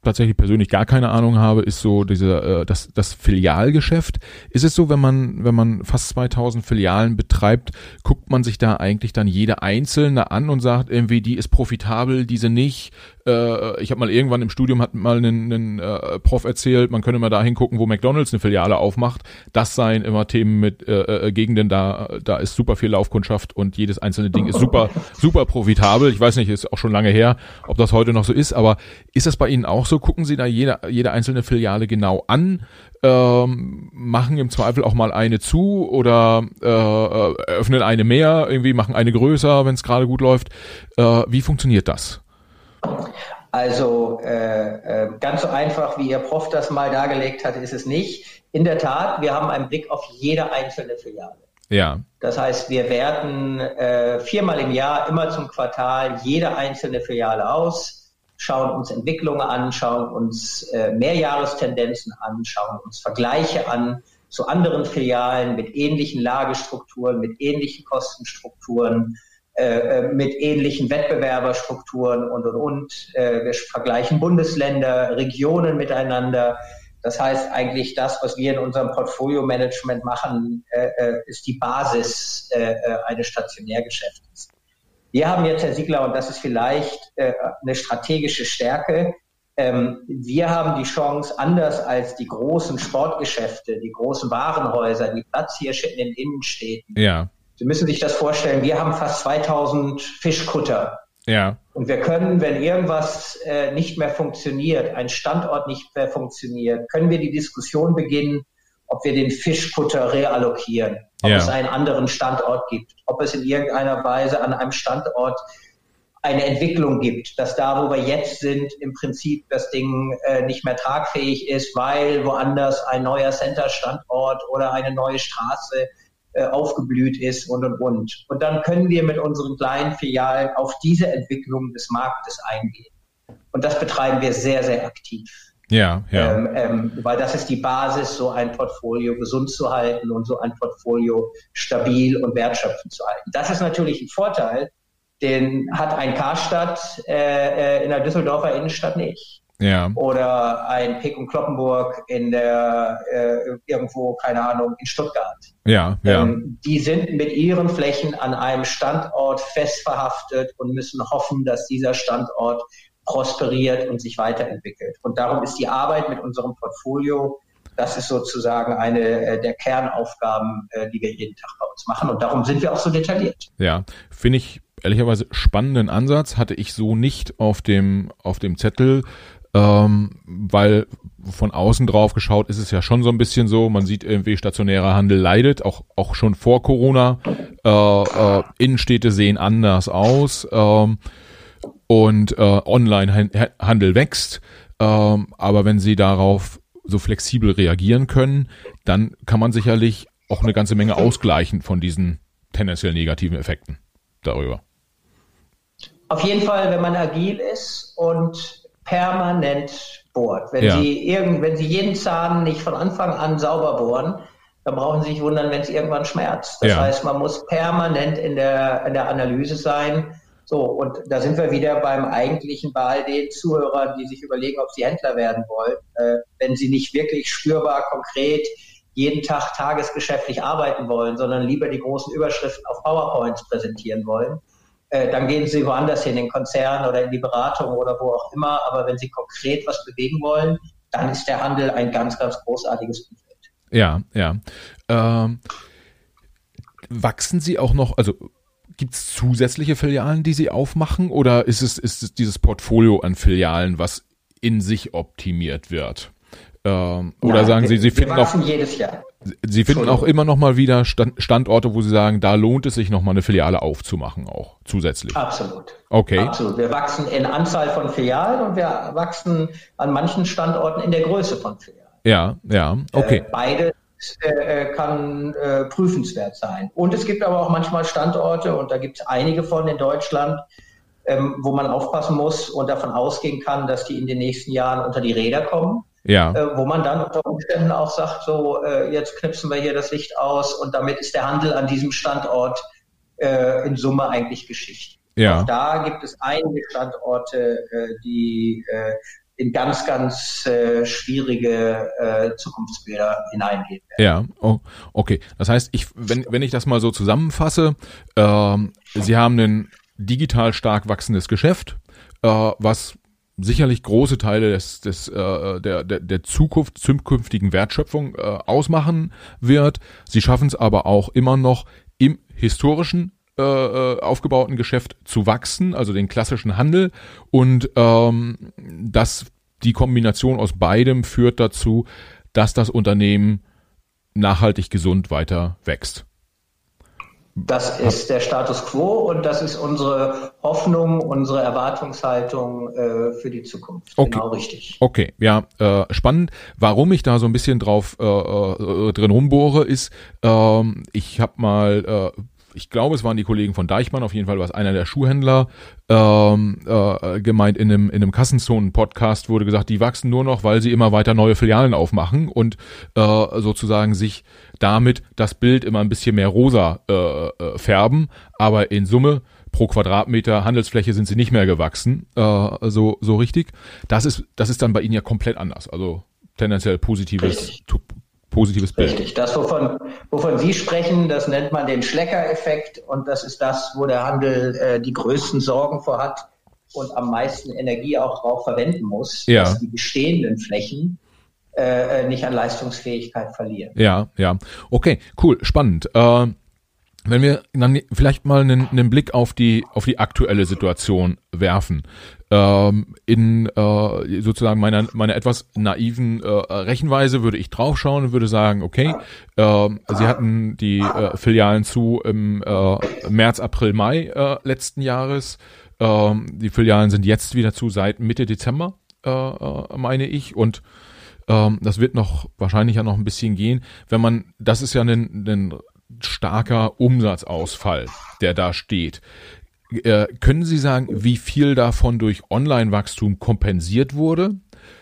tatsächlich persönlich gar keine Ahnung habe, ist so diese, äh, das, das Filialgeschäft. Ist es so, wenn man, wenn man fast zweitausend Filialen betreibt, guckt man sich da eigentlich dann jede einzelne an und sagt irgendwie, die ist profitabel, diese nicht? Äh, ich habe mal irgendwann im Studium, hat mal einen, einen äh, Prof erzählt, man könne mal da hingucken, wo McDonald's eine Filiale aufmacht. Das seien immer Themen mit äh, Gegenden, da, da ist super viel Laufkundschaft und jedes einzelne Ding ist super, super profitabel. Ich weiß nicht, ist auch schon lange her, ob das heute noch so ist, aber ist das bei Ihnen auch so? Gucken Sie da jede, jede einzelne Filiale genau an? Ähm, machen im Zweifel auch mal eine zu oder äh, öffnen eine mehr, irgendwie machen eine größer, wenn es gerade gut läuft. Äh, wie funktioniert das? Also äh, äh, ganz so einfach, wie Ihr Prof das mal dargelegt hat, ist es nicht. In der Tat, wir haben einen Blick auf jede einzelne Filiale. Ja. Das heißt, wir werten äh, viermal im Jahr, immer zum Quartal, jede einzelne Filiale aus, schauen uns Entwicklungen an, schauen uns äh, Mehrjahrestendenzen an, schauen uns Vergleiche an zu anderen Filialen mit ähnlichen Lagestrukturen, mit ähnlichen Kostenstrukturen, äh, mit ähnlichen Wettbewerberstrukturen und, und, und. Äh, wir vergleichen Bundesländer, Regionen miteinander. Das heißt eigentlich, das, was wir in unserem Portfolio-Management machen, äh, ist die Basis äh, eines Stationärgeschäftes. Wir haben jetzt, Herr Siegler, und das ist vielleicht äh, eine strategische Stärke, ähm, wir haben die Chance, anders als die großen Sportgeschäfte, die großen Warenhäuser, die Platzhirsche in den Innenstädten. Ja. Sie müssen sich das vorstellen, wir haben fast zweitausend Fischkutter. Ja. Und wir können, wenn irgendwas äh, nicht mehr funktioniert, ein Standort nicht mehr funktioniert, können wir die Diskussion beginnen, ob wir den Fischkutter reallokieren, ob ja. es einen anderen Standort gibt, ob es in irgendeiner Weise an einem Standort eine Entwicklung gibt, dass da, wo wir jetzt sind, im Prinzip das Ding äh, nicht mehr tragfähig ist, weil woanders ein neuer Center-Standort oder eine neue Straße aufgeblüht ist und, und, und. Und dann können wir mit unseren kleinen Filialen auf diese Entwicklung des Marktes eingehen. Und das betreiben wir sehr, sehr aktiv. Ja, ja. Ähm, ähm, weil das ist die Basis, so ein Portfolio gesund zu halten und so ein Portfolio stabil und wertschöpfend zu halten. Das ist natürlich ein Vorteil, den hat ein Karstadt äh, in der Düsseldorfer Innenstadt nicht. Ja. Oder ein Pick und Kloppenburg in der äh, irgendwo, keine Ahnung, in Stuttgart. Ja, ja. Ähm, die sind mit ihren Flächen an einem Standort fest verhaftet und müssen hoffen, dass dieser Standort prosperiert und sich weiterentwickelt. Und darum ist die Arbeit mit unserem Portfolio, das ist sozusagen eine äh, der Kernaufgaben, äh, die wir jeden Tag bei uns machen. Und darum sind wir auch so detailliert. Ja, finde ich ehrlicherweise spannenden Ansatz, hatte ich so nicht auf dem auf dem Zettel. Ähm, weil von außen drauf geschaut ist es ja schon so ein bisschen so, man sieht irgendwie stationärer Handel leidet, auch auch schon vor Corona. Äh, äh, Innenstädte sehen anders aus ähm, und äh, Online-Handel wächst. Ähm, aber wenn sie darauf so flexibel reagieren können, dann kann man sicherlich auch eine ganze Menge ausgleichen von diesen tendenziell negativen Effekten darüber. Auf jeden Fall, wenn man agil ist und permanent bohrt. Wenn ja. Sie irgend, wenn Sie jeden Zahn nicht von Anfang an sauber bohren, dann brauchen Sie sich wundern, wenn es irgendwann schmerzt. Das ja. heißt, man muss permanent in der, in der Analyse sein. So, und da sind wir wieder beim eigentlichen bei all den Zuhörern, die sich überlegen, ob sie Händler werden wollen. Äh, wenn sie nicht wirklich spürbar, konkret jeden Tag tagesgeschäftlich arbeiten wollen, sondern lieber die großen Überschriften auf PowerPoints präsentieren wollen, Äh, dann gehen Sie woanders hin, in den Konzern oder in die Beratung oder wo auch immer. Aber wenn Sie konkret was bewegen wollen, dann ist der Handel ein ganz, ganz großartiges Umfeld. Ja, ja. Ähm, wachsen Sie auch noch, also gibt es zusätzliche Filialen, die Sie aufmachen oder ist es, ist es dieses Portfolio an Filialen, was in sich optimiert wird? Ähm, oder Nein, sagen wir, Sie, Sie finden wir wachsen auch jedes Jahr. Sie finden auch immer noch mal wieder Standorte, wo Sie sagen, da lohnt es sich noch mal eine Filiale aufzumachen, auch zusätzlich. Absolut. Okay. Absolut. Wir wachsen in Anzahl von Filialen und wir wachsen an manchen Standorten in der Größe von Filialen. Ja, ja, okay. Äh, beides äh, kann äh, prüfenswert sein. Und es gibt aber auch manchmal Standorte, und da gibt es einige von in Deutschland, ähm, wo man aufpassen muss und davon ausgehen kann, dass die in den nächsten Jahren unter die Räder kommen. Ja. Äh, wo man dann unter Umständen auch sagt, so äh, jetzt knipsen wir hier das Licht aus und damit ist der Handel an diesem Standort äh, in Summe eigentlich Geschichte. Ja. Auch da gibt es einige Standorte, äh, die äh, in ganz, ganz äh, schwierige äh, Zukunftsbilder hineingehen werden. Ja, oh, okay. Das heißt, ich, wenn, wenn ich das mal so zusammenfasse, ähm, Sie haben ein digital stark wachsendes Geschäft, äh, was sicherlich große Teile des, des, äh, der, der, der Zukunft, zukünftigen Wertschöpfung äh, ausmachen wird. Sie schaffen es aber auch immer noch im historischen äh, aufgebauten Geschäft zu wachsen, also den klassischen Handel. Und ähm, das, die Kombination aus beidem führt dazu, dass das Unternehmen nachhaltig gesund weiter wächst. Das ist der Status quo und das ist unsere Hoffnung, unsere Erwartungshaltung äh, für die Zukunft. Okay. Genau richtig. Okay, ja, äh, spannend. Warum ich da so ein bisschen drauf äh, äh, drin rumbohre, ist, ähm, ich habe mal, äh, ich glaube, es waren die Kollegen von Deichmann, auf jeden Fall war es einer der Schuhhändler, ähm, äh, gemeint, in einem, in einem Kassenzonen-Podcast wurde gesagt, die wachsen nur noch, weil sie immer weiter neue Filialen aufmachen und äh, sozusagen sich damit das Bild immer ein bisschen mehr rosa äh, äh, färben, aber in Summe pro Quadratmeter Handelsfläche sind sie nicht mehr gewachsen, äh, so so richtig. Das ist das ist dann bei Ihnen ja komplett anders, also tendenziell positives tu, positives Bild. Richtig, das wovon wovon Sie sprechen, das nennt man den Schlecker-Effekt und das ist das, wo der Handel äh, die größten Sorgen vor hat und am meisten Energie auch drauf verwenden muss, ja. dass die bestehenden Flächen äh, nicht an Leistungsfähigkeit verlieren. Ja, ja. Okay, cool, spannend. Äh, wenn wir dann vielleicht mal einen, einen Blick auf die auf die aktuelle Situation werfen, ähm, in äh, sozusagen meiner meiner etwas naiven äh, Rechenweise würde ich draufschauen und würde sagen, okay, äh, Sie hatten die äh, Filialen zu im äh, März, April, Mai äh, letzten Jahres. Äh, die Filialen sind jetzt wieder zu seit Mitte Dezember, äh, meine ich, und Ähm, das wird noch wahrscheinlich ja noch ein bisschen gehen, wenn man, das ist ja ein, ein starker Umsatzausfall, der da steht. Äh, können Sie sagen, wie viel davon durch Online-Wachstum kompensiert wurde,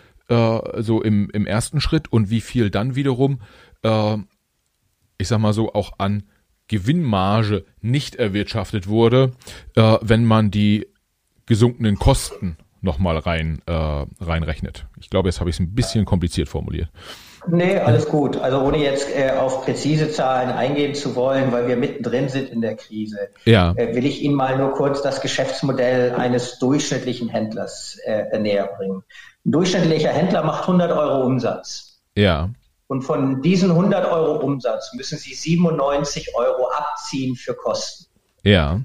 äh, so im, im ersten Schritt, und wie viel dann wiederum, äh, ich sag mal so, auch an Gewinnmarge nicht erwirtschaftet wurde, äh, wenn man die gesunkenen Kosten nochmal rein äh, reinrechnet. Ich glaube, jetzt habe ich es ein bisschen kompliziert formuliert. Nee, alles gut. Also ohne jetzt äh, auf präzise Zahlen eingehen zu wollen, weil wir mittendrin sind in der Krise, ja. äh, will ich Ihnen mal nur kurz das Geschäftsmodell eines durchschnittlichen Händlers äh, näher bringen. Ein durchschnittlicher Händler macht hundert Euro Umsatz. Ja. Und von diesen hundert Euro Umsatz müssen Sie siebenundneunzig Euro abziehen für Kosten. Ja.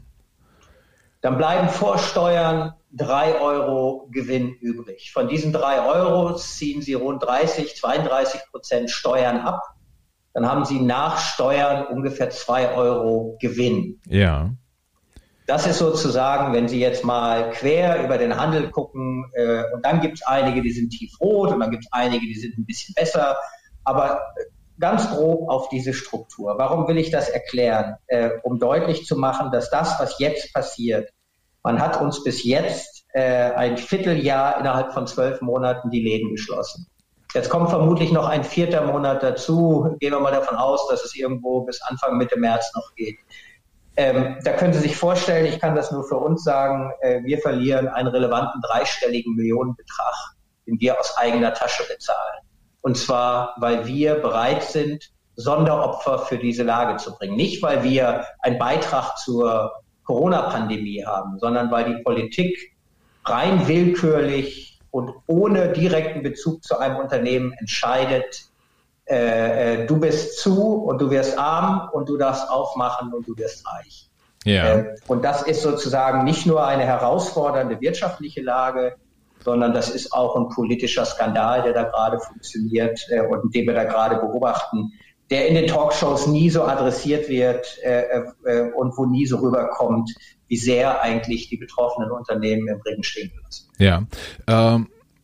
Dann bleiben vor Steuern drei Euro Gewinn übrig. Von diesen drei Euro ziehen Sie rund dreißig, zweiunddreißig Prozent Steuern ab. Dann haben Sie nach Steuern ungefähr zwei Euro Gewinn. Ja. Das ist sozusagen, wenn Sie jetzt mal quer über den Handel gucken, äh, und dann gibt es einige, die sind tiefrot und dann gibt es einige, die sind ein bisschen besser. Aber ganz grob auf diese Struktur. Warum will ich das erklären? Äh, um deutlich zu machen, dass das, was jetzt passiert, man hat uns bis jetzt äh, ein Vierteljahr innerhalb von zwölf Monaten die Läden geschlossen. Jetzt kommt vermutlich noch ein vierter Monat dazu. Gehen wir mal davon aus, dass es irgendwo bis Anfang Mitte März noch geht. Ähm, da können Sie sich vorstellen, ich kann das nur für uns sagen, äh, wir verlieren einen relevanten dreistelligen Millionenbetrag, den wir aus eigener Tasche bezahlen. Und zwar, weil wir bereit sind, Sonderopfer für diese Lage zu bringen. Nicht, weil wir einen Beitrag zur Corona-Pandemie haben, sondern weil die Politik rein willkürlich und ohne direkten Bezug zu einem Unternehmen entscheidet, äh, du bist zu und du wirst arm und du darfst aufmachen und du wirst reich. Ja. Äh, und das ist sozusagen nicht nur eine herausfordernde wirtschaftliche Lage, sondern das ist auch ein politischer Skandal, der da gerade funktioniert äh, und den wir da gerade beobachten, der in den Talkshows nie so adressiert wird äh, äh, und wo nie so rüberkommt, wie sehr eigentlich die betroffenen Unternehmen im Regen stehen lassen. Ja, ähm,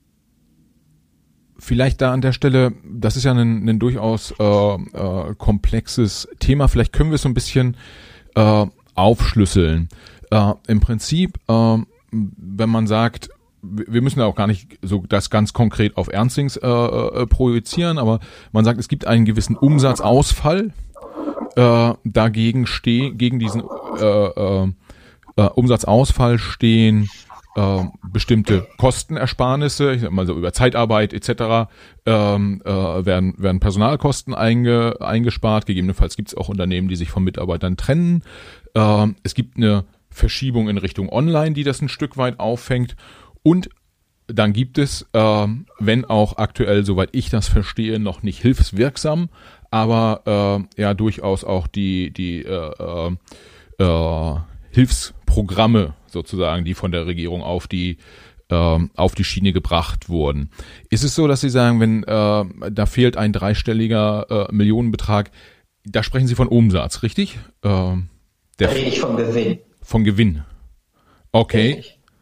vielleicht da an der Stelle, das ist ja ein, ein durchaus äh, äh, komplexes Thema, vielleicht können wir es so ein bisschen äh, aufschlüsseln. Äh, im Prinzip, äh, wenn man sagt, wir müssen ja auch gar nicht so das ganz konkret auf Ernstings äh, äh, projizieren, aber man sagt, es gibt einen gewissen Umsatzausfall. Äh, dagegen stehen, gegen diesen äh, äh, äh, Umsatzausfall stehen äh, bestimmte Kostenersparnisse, ich sag mal so über Zeitarbeit et cetera, ähm, äh, werden, werden Personalkosten einge, eingespart. Gegebenenfalls gibt es auch Unternehmen, die sich von Mitarbeitern trennen. Ähm, es gibt eine Verschiebung in Richtung Online, die das ein Stück weit auffängt. Und dann gibt es, ähm, wenn auch aktuell, soweit ich das verstehe, noch nicht hilfswirksam, aber äh, ja durchaus auch die die äh, äh, äh, Hilfsprogramme sozusagen, die von der Regierung auf die äh, auf die Schiene gebracht wurden. Ist es so, dass Sie sagen, wenn äh, da fehlt ein dreistelliger äh, Millionenbetrag, da sprechen Sie von Umsatz, richtig? Äh, der da rede ich von Gewinn. Von Gewinn. Okay.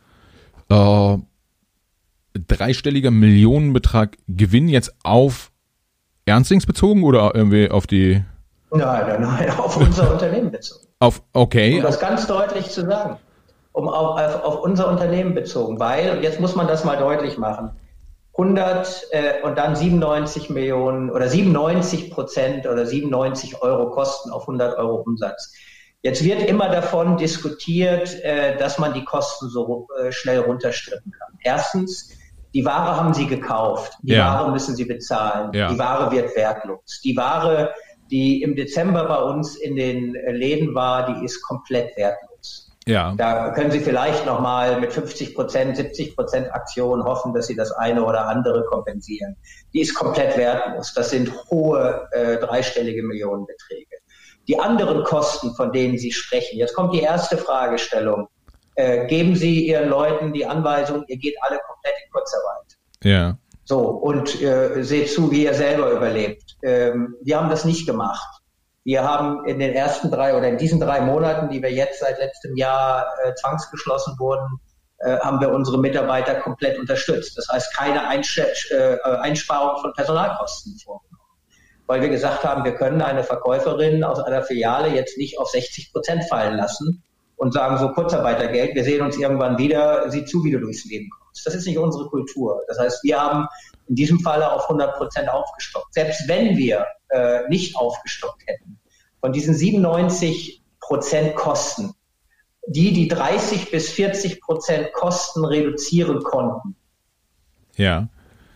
Äh, dreistelliger Millionenbetrag Gewinn jetzt auf Ernstings bezogen oder irgendwie auf die? Nein, nein, nein, auf unser Unternehmen bezogen. Auf, okay. Um das ganz deutlich zu sagen. Um auf, auf, auf unser Unternehmen bezogen, weil, und jetzt muss man das mal deutlich machen, hundert äh, und dann siebenundneunzig Millionen oder siebenundneunzig Prozent oder siebenundneunzig Euro Kosten auf hundert Euro Umsatz. Jetzt wird immer davon diskutiert, äh, dass man die Kosten so äh, schnell runterstrippen kann. Erstens, die Ware haben Sie gekauft, die ja. Ware müssen Sie bezahlen, ja. die Ware wird wertlos. Die Ware, die im Dezember bei uns in den Läden war, die ist komplett wertlos. Ja. Da können Sie vielleicht nochmal mit fünfzig Prozent, siebzig Prozent Aktion hoffen, dass Sie das eine oder andere kompensieren. Die ist komplett wertlos. Das sind hohe äh, dreistellige Millionenbeträge. Die anderen Kosten, von denen Sie sprechen, jetzt kommt die erste Fragestellung. Äh, geben Sie Ihren Leuten die Anweisung, ihr geht alle komplett in Kurzarbeit. Ja. So, und äh, seht zu, wie ihr selber überlebt. Ähm, wir haben das nicht gemacht. Wir haben in den ersten drei oder in diesen drei Monaten, die wir jetzt seit letztem Jahr äh, zwangsgeschlossen wurden, äh, haben wir unsere Mitarbeiter komplett unterstützt. Das heißt, keine Einsch- äh, Einsparung von Personalkosten vorgenommen. Weil wir gesagt haben, wir können eine Verkäuferin aus einer Filiale jetzt nicht auf sechzig Prozent fallen lassen und sagen, so Kurzarbeitergeld, wir sehen uns irgendwann wieder, sieh zu, wie du durchs Leben kommst. Das ist nicht unsere Kultur. Das heißt, wir haben in diesem Falle auf hundert Prozent aufgestockt. Selbst wenn wir äh, nicht aufgestockt hätten, von diesen siebenundneunzig Prozent Kosten, die die dreißig bis vierzig Prozent Kosten reduzieren konnten. Ja.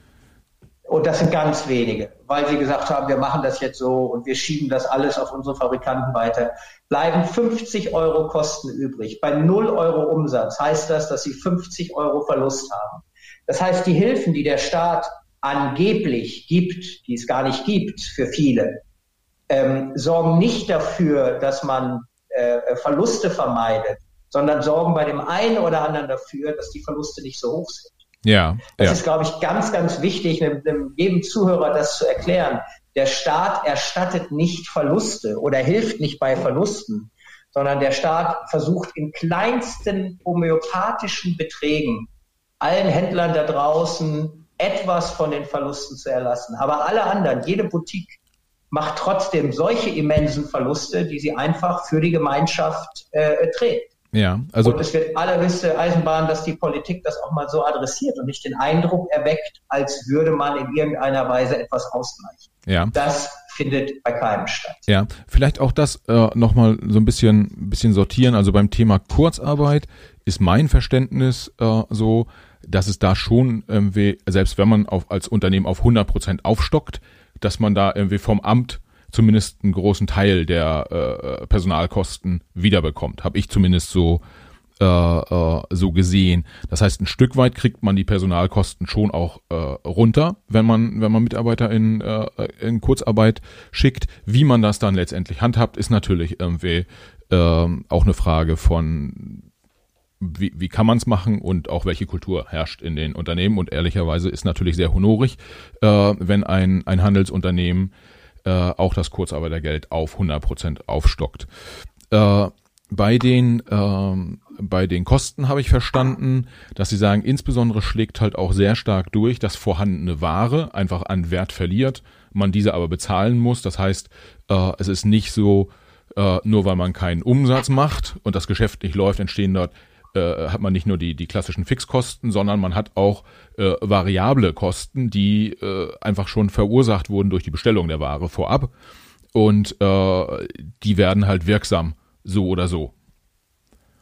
Und das sind ganz wenige, weil sie gesagt haben, wir machen das jetzt so und wir schieben das alles auf unsere Fabrikanten weiter. Bleiben fünfzig Euro Kosten übrig. Bei null Euro Umsatz heißt das, dass sie fünfzig Euro Verlust haben. Das heißt, die Hilfen, die der Staat angeblich gibt, die es gar nicht gibt für viele, ähm, sorgen nicht dafür, dass man äh, Verluste vermeidet, sondern sorgen bei dem einen oder anderen dafür, dass die Verluste nicht so hoch sind. Ja, das ja. ist, glaube ich, ganz, ganz wichtig, jedem Zuhörer das zu erklären. Der Staat erstattet nicht Verluste oder hilft nicht bei Verlusten, sondern der Staat versucht in kleinsten homöopathischen Beträgen allen Händlern da draußen etwas von den Verlusten zu erlassen. Aber alle anderen, jede Boutique macht trotzdem solche immensen Verluste, die sie einfach für die Gemeinschaft äh, trägt. Ja, also und es wird allerhöchste Eisenbahn, dass die Politik das auch mal so adressiert und nicht den Eindruck erweckt, als würde man in irgendeiner Weise etwas ausgleichen. Ja. Das findet bei keinem statt. Ja, vielleicht auch das äh, nochmal so ein bisschen, bisschen sortieren. Also beim Thema Kurzarbeit ist mein Verständnis äh, so, dass es da schon irgendwie, selbst wenn man auf, als Unternehmen auf hundert Prozent aufstockt, dass man da irgendwie vom Amt zumindest einen großen Teil der äh, Personalkosten wiederbekommt. Habe ich zumindest so äh, äh, so gesehen. Das heißt, ein Stück weit kriegt man die Personalkosten schon auch äh, runter, wenn man wenn man Mitarbeiter in äh, in Kurzarbeit schickt. Wie man das dann letztendlich handhabt, ist natürlich irgendwie äh, auch eine Frage von Wie, wie kann man es machen und auch welche Kultur herrscht in den Unternehmen. Und ehrlicherweise ist natürlich sehr honorig, äh, wenn ein ein Handelsunternehmen äh, auch das Kurzarbeitergeld auf hundert Prozent aufstockt. Äh, bei den äh, bei den Kosten habe ich verstanden, dass Sie sagen, insbesondere schlägt halt auch sehr stark durch, dass vorhandene Ware einfach an Wert verliert, man diese aber bezahlen muss. Das heißt, äh, es ist nicht so, äh, nur weil man keinen Umsatz macht und das Geschäft nicht läuft, entstehen dort Äh, hat man nicht nur die die klassischen Fixkosten, sondern man hat auch äh, variable Kosten, die äh, einfach schon verursacht wurden durch die Bestellung der Ware vorab und äh, die werden halt wirksam so oder so.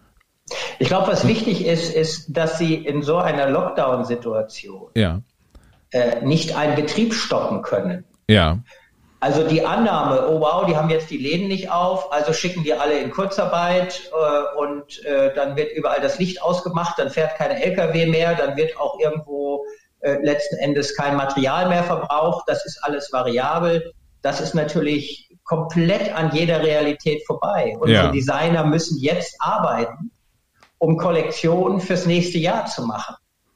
Ich glaube, was wichtig ist, ist, dass Sie in so einer Lockdown-Situation ja. äh, nicht einen Betrieb stoppen können. Ja. Also die Annahme, oh wow, die haben jetzt die Läden nicht auf, also schicken die alle in Kurzarbeit äh, und äh, dann wird überall das Licht ausgemacht, dann fährt kein L K W mehr, dann wird auch irgendwo äh, letzten Endes kein Material mehr verbraucht. Das ist alles variabel. Das ist natürlich komplett an jeder Realität vorbei. Unsere ja. Designer müssen jetzt arbeiten, um Kollektionen fürs nächste Jahr zu machen.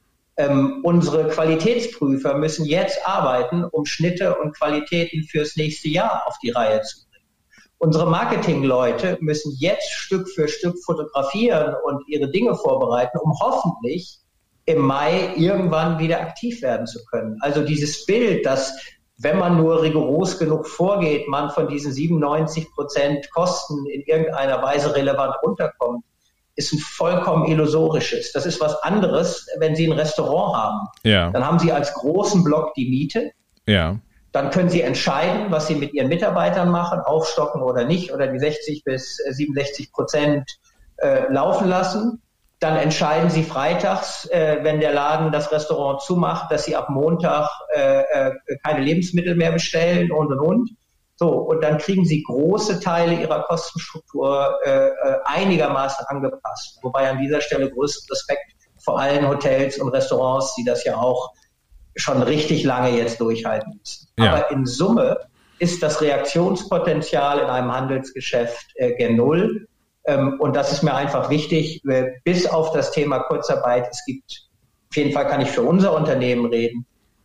Ähm, unsere Qualitätsprüfer müssen jetzt arbeiten, um Schnitte und Qualitäten fürs nächste Jahr auf die Reihe zu bringen. Unsere Marketingleute müssen jetzt Stück für Stück fotografieren und ihre Dinge vorbereiten, um hoffentlich im Mai irgendwann wieder aktiv werden zu können. Also dieses Bild, dass, wenn man nur rigoros genug vorgeht, man von diesen siebenundneunzig Prozent Kosten in irgendeiner Weise relevant runterkommt, ist ein vollkommen illusorisches. Das ist was anderes, wenn Sie ein Restaurant haben. Ja. Dann haben Sie als großen Block die Miete. Ja. Dann können Sie entscheiden, was Sie mit Ihren Mitarbeitern machen, aufstocken oder nicht, oder die sechzig bis siebenundsechzig Prozent äh, laufen lassen. Dann entscheiden Sie freitags, äh, wenn der Laden das Restaurant zumacht, dass Sie ab Montag äh, äh, keine Lebensmittel mehr bestellen und und und. So, und dann kriegen Sie große Teile Ihrer Kostenstruktur äh, einigermaßen angepasst. Wobei an dieser Stelle größten Respekt vor allen Hotels und Restaurants, die das ja auch schon richtig lange jetzt durchhalten müssen. Ja. Aber in Summe ist das Reaktionspotenzial in einem Handelsgeschäft äh, gen Null. Ähm, und das ist mir einfach wichtig, äh, bis auf das Thema Kurzarbeit. Es gibt, auf jeden Fall kann ich für unser Unternehmen reden,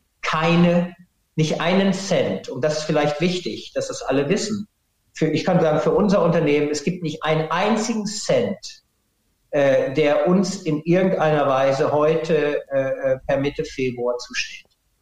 keine Nicht einen Cent, und das ist vielleicht wichtig, dass das alle wissen. Für, ich kann sagen, für unser Unternehmen, es gibt nicht einen einzigen Cent, äh, der uns in irgendeiner Weise heute äh, per Mitte Februar zusteht.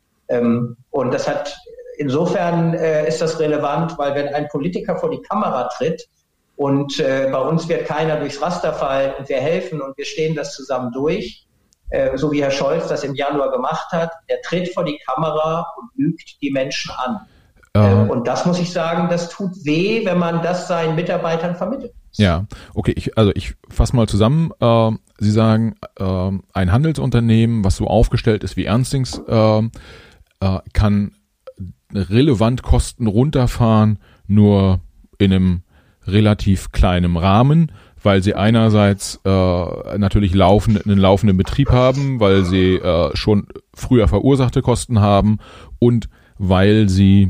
Ähm, und das hat, insofern äh, ist das relevant, weil wenn ein Politiker vor die Kamera tritt und äh, bei uns wird keiner durchs Raster fallen und wir helfen und wir stehen das zusammen durch, so wie Herr Scholz das im Januar gemacht hat, der tritt vor die Kamera und lügt die Menschen an. Ähm. Und das muss ich sagen, das tut weh, wenn man das seinen Mitarbeitern vermittelt. Ja, okay, ich, also ich fasse mal zusammen. Äh, Sie sagen, äh, ein Handelsunternehmen, was so aufgestellt ist wie Ernstings, äh, äh, kann relevant Kosten runterfahren, nur in einem relativ kleinen Rahmen, weil sie einerseits äh, natürlich laufend, einen laufenden Betrieb haben, weil sie äh, schon früher verursachte Kosten haben und weil sie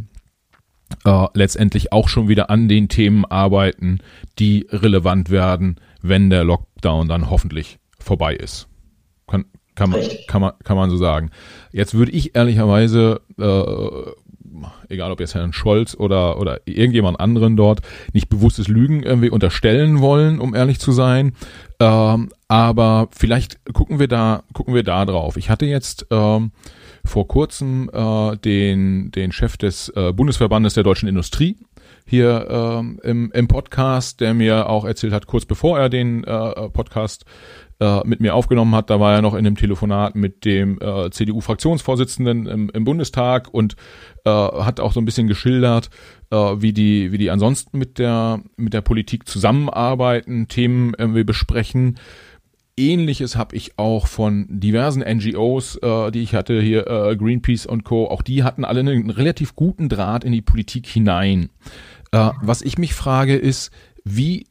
äh, letztendlich auch schon wieder an den Themen arbeiten, die relevant werden, wenn der Lockdown dann hoffentlich vorbei ist. Kann, kann man, kann man, kann man so sagen. Jetzt würde ich ehrlicherweise äh, egal ob jetzt Herrn Scholz oder oder irgendjemand anderen dort, nicht bewusstes Lügen irgendwie unterstellen wollen, um ehrlich zu sein. Ähm, aber vielleicht gucken wir da gucken wir da drauf. Ich hatte jetzt ähm, vor kurzem äh, den den Chef des äh, Bundesverbandes der deutschen Industrie hier ähm, im, im Podcast, der mir auch erzählt hat, kurz bevor er den äh, Podcast äh, mit mir aufgenommen hat, da war er noch in einem Telefonat mit dem äh, C D U-Fraktionsvorsitzenden im, im Bundestag und äh, hat auch so ein bisschen geschildert, äh, wie die wie die ansonsten mit der mit der Politik zusammenarbeiten, Themen irgendwie besprechen. Ähnliches habe ich auch von diversen N G Os, äh, die ich hatte, hier äh, Greenpeace und Co., auch die hatten alle einen relativ guten Draht in die Politik hinein. Äh, was ich mich frage ist, wie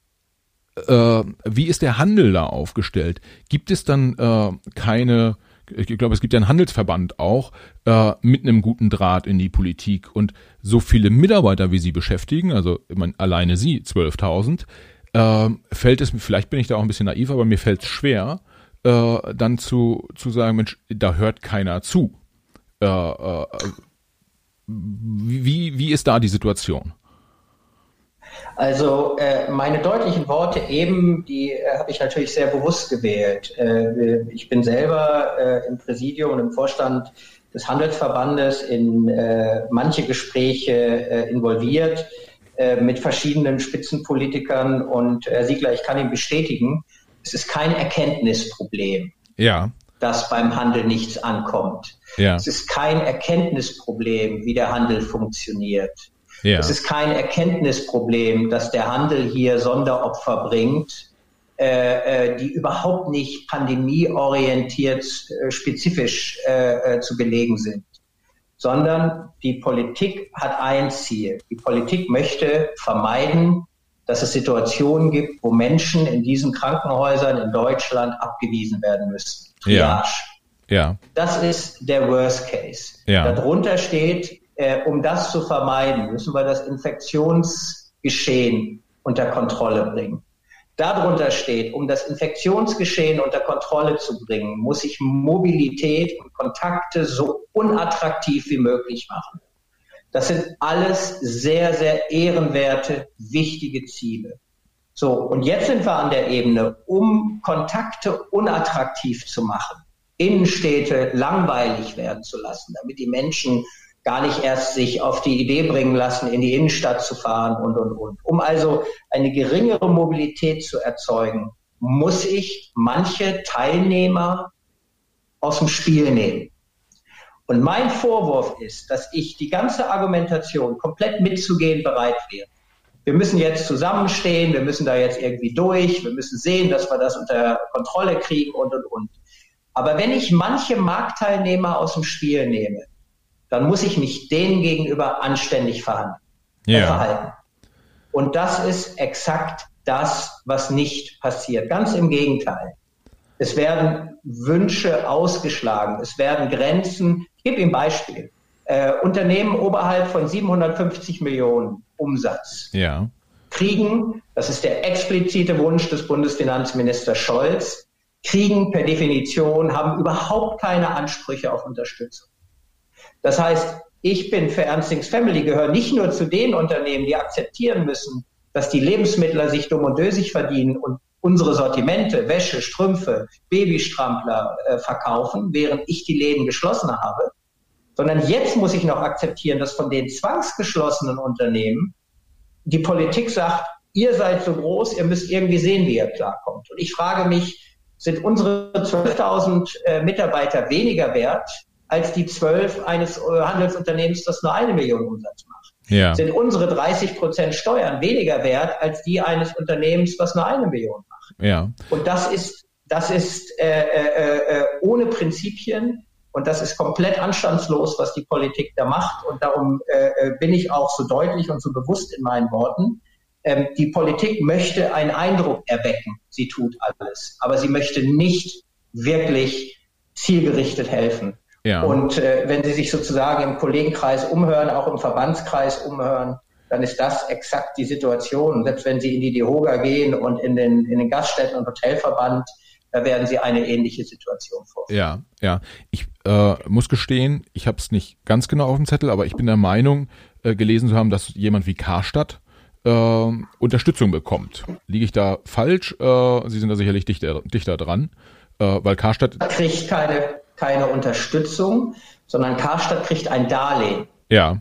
äh, wie ist der Handel da aufgestellt? Gibt es dann äh, keine, ich glaube, es gibt ja einen Handelsverband auch, äh, mit einem guten Draht in die Politik und so viele Mitarbeiter, wie sie beschäftigen, also ich meine, alleine sie, zwölftausend, äh, fällt es, vielleicht bin ich da auch ein bisschen naiv, aber mir fällt es schwer, äh, dann zu, zu sagen, Mensch, da hört keiner zu. Äh, äh, wie, wie ist da die Situation? Also äh, meine deutlichen Worte eben, die äh, habe ich natürlich sehr bewusst gewählt. Äh, ich bin selber äh, im Präsidium und im Vorstand des Handelsverbandes in äh, manche Gespräche äh, involviert äh, mit verschiedenen Spitzenpolitikern und Herr Siegler, ich kann Ihnen bestätigen, es ist kein Erkenntnisproblem, ja, dass beim Handel nichts ankommt. Ja. Es ist kein Erkenntnisproblem, wie der Handel funktioniert. Ja. Es ist kein Erkenntnisproblem, dass der Handel hier Sonderopfer bringt, äh, die überhaupt nicht pandemieorientiert äh, spezifisch äh, zu belegen sind, sondern die Politik hat ein Ziel. Die Politik möchte vermeiden, dass es Situationen gibt, wo Menschen in diesen Krankenhäusern in Deutschland abgewiesen werden müssen. Triage. Ja. Ja. Das ist der Worst Case. Ja. Darunter steht, äh, um das zu vermeiden, müssen wir das Infektionsgeschehen unter Kontrolle bringen. Darunter steht, um das Infektionsgeschehen unter Kontrolle zu bringen, muss ich Mobilität und Kontakte so unattraktiv wie möglich machen. Das sind alles sehr, sehr ehrenwerte, wichtige Ziele. So, und jetzt sind wir an der Ebene, um Kontakte unattraktiv zu machen, Innenstädte langweilig werden zu lassen, damit die Menschen gar nicht erst sich auf die Idee bringen lassen, in die Innenstadt zu fahren und, und, und. Um also eine geringere Mobilität zu erzeugen, muss ich manche Teilnehmer aus dem Spiel nehmen. Und mein Vorwurf ist, dass ich die ganze Argumentation komplett mitzugehen bereit wäre. Wir müssen jetzt zusammenstehen, wir müssen da jetzt irgendwie durch, wir müssen sehen, dass wir das unter Kontrolle kriegen und, und, und. Aber wenn ich manche Marktteilnehmer aus dem Spiel nehme, dann muss ich mich denen gegenüber anständig verhandeln, ja. äh, verhalten. Und das ist exakt das, was nicht passiert. Ganz im Gegenteil. Es werden Wünsche ausgeschlagen, es werden Grenzen. Ich gebe Ihnen ein Beispiel. Äh, Unternehmen oberhalb von siebenhundertfünfzig Millionen Umsatz ja. kriegen, das ist der explizite Wunsch des Bundesfinanzministers Scholz, kriegen per Definition, haben überhaupt keine Ansprüche auf Unterstützung. Das heißt, ich bin für Ernstings Family, gehöre nicht nur zu den Unternehmen, die akzeptieren müssen, dass die Lebensmittler sich dumm und dösig verdienen und unsere Sortimente, Wäsche, Strümpfe, Babystrampler äh, verkaufen, während ich die Läden geschlossen habe, sondern jetzt muss ich noch akzeptieren, dass von den zwangsgeschlossenen Unternehmen die Politik sagt, ihr seid so groß, ihr müsst irgendwie sehen, wie ihr klarkommt. Und ich frage mich, sind unsere zwölftausend äh, Mitarbeiter weniger wert als die zwölf eines äh, Handelsunternehmens, das nur eine Million Umsatz macht? Ja. Sind unsere dreißig Prozent Steuern weniger wert als die eines Unternehmens, was nur eine Million macht? Ja. Und das ist, das ist äh, äh, äh, ohne Prinzipien und das ist komplett anstandslos, was die Politik da macht. Und darum äh, bin ich auch so deutlich und so bewusst in meinen Worten. Ähm, die Politik möchte einen Eindruck erwecken, sie tut alles, aber sie möchte nicht wirklich zielgerichtet helfen. Ja. Und äh, wenn Sie sich sozusagen im Kollegenkreis umhören, auch im Verbandskreis umhören, dann ist das exakt die Situation. Und selbst wenn Sie in die DEHOGA gehen und in den, in den Gaststätten- und Hotelverband, da werden Sie eine ähnliche Situation vorfinden. Ja, ja. Ich äh, muss gestehen, ich habe es nicht ganz genau auf dem Zettel, aber ich bin der Meinung, äh, gelesen zu haben, dass jemand wie Karstadt äh, Unterstützung bekommt. Liege ich da falsch? Äh, Sie sind da sicherlich dichter, dichter dran, äh, weil Karstadt... kriegt keine... keine Unterstützung, sondern Karstadt kriegt ein Darlehen. Ja.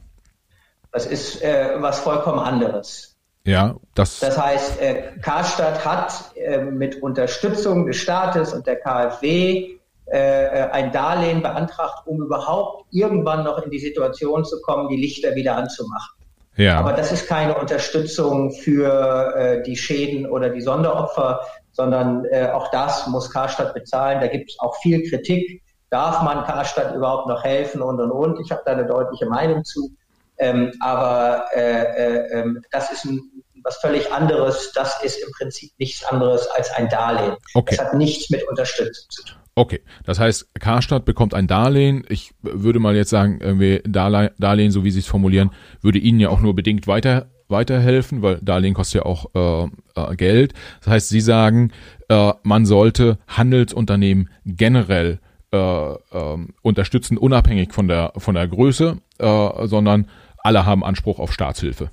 Das ist äh, was vollkommen anderes. Ja, das. Das heißt, äh, Karstadt hat äh, mit Unterstützung des Staates und der KfW äh, ein Darlehen beantragt, um überhaupt irgendwann noch in die Situation zu kommen, die Lichter wieder anzumachen. Ja. Aber das ist keine Unterstützung für äh, die Schäden oder die Sonderopfer, sondern äh, auch das muss Karstadt bezahlen. Da gibt es auch viel Kritik. Darf man Karstadt überhaupt noch helfen und, und, und. Ich habe da eine deutliche Meinung zu. Ähm, aber äh, äh, das ist ein, was völlig anderes. Das ist im Prinzip nichts anderes als ein Darlehen. Okay. Das hat nichts mit Unterstützung zu tun. Okay, das heißt, Karstadt bekommt ein Darlehen. Ich würde mal jetzt sagen, irgendwie Darle- Darlehen, so wie Sie es formulieren, würde Ihnen ja auch nur bedingt weiter weiterhelfen, weil Darlehen kostet ja auch äh, äh, Geld. Das heißt, Sie sagen, äh, man sollte Handelsunternehmen generell Äh, äh, unterstützen, unabhängig von der von der Größe, äh, sondern alle haben Anspruch auf Staatshilfe.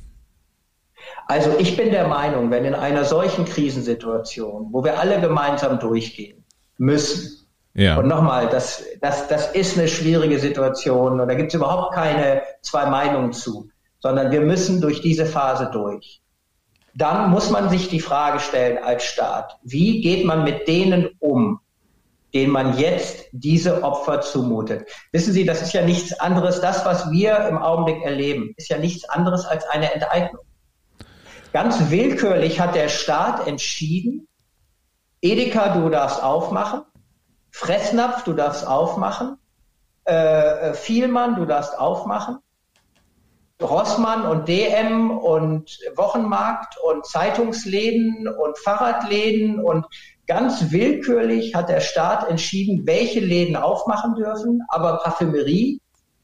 Also ich bin der Meinung, wenn in einer solchen Krisensituation, wo wir alle gemeinsam durchgehen müssen, ja. und nochmal, das, das, das ist eine schwierige Situation und da gibt es überhaupt keine zwei Meinungen zu, sondern wir müssen durch diese Phase durch. Dann muss man sich die Frage stellen als Staat, wie geht man mit denen um, denen man jetzt diese Opfer zumutet. Wissen Sie, das ist ja nichts anderes, das, was wir im Augenblick erleben, ist ja nichts anderes als eine Enteignung. Ganz willkürlich hat der Staat entschieden, Edeka, du darfst aufmachen. Fressnapf, du darfst aufmachen. Äh, Vielmann, du darfst aufmachen. Rossmann und D M und Wochenmarkt und Zeitungsläden und Fahrradläden und ganz willkürlich hat der Staat entschieden, welche Läden aufmachen dürfen, aber Parfümerie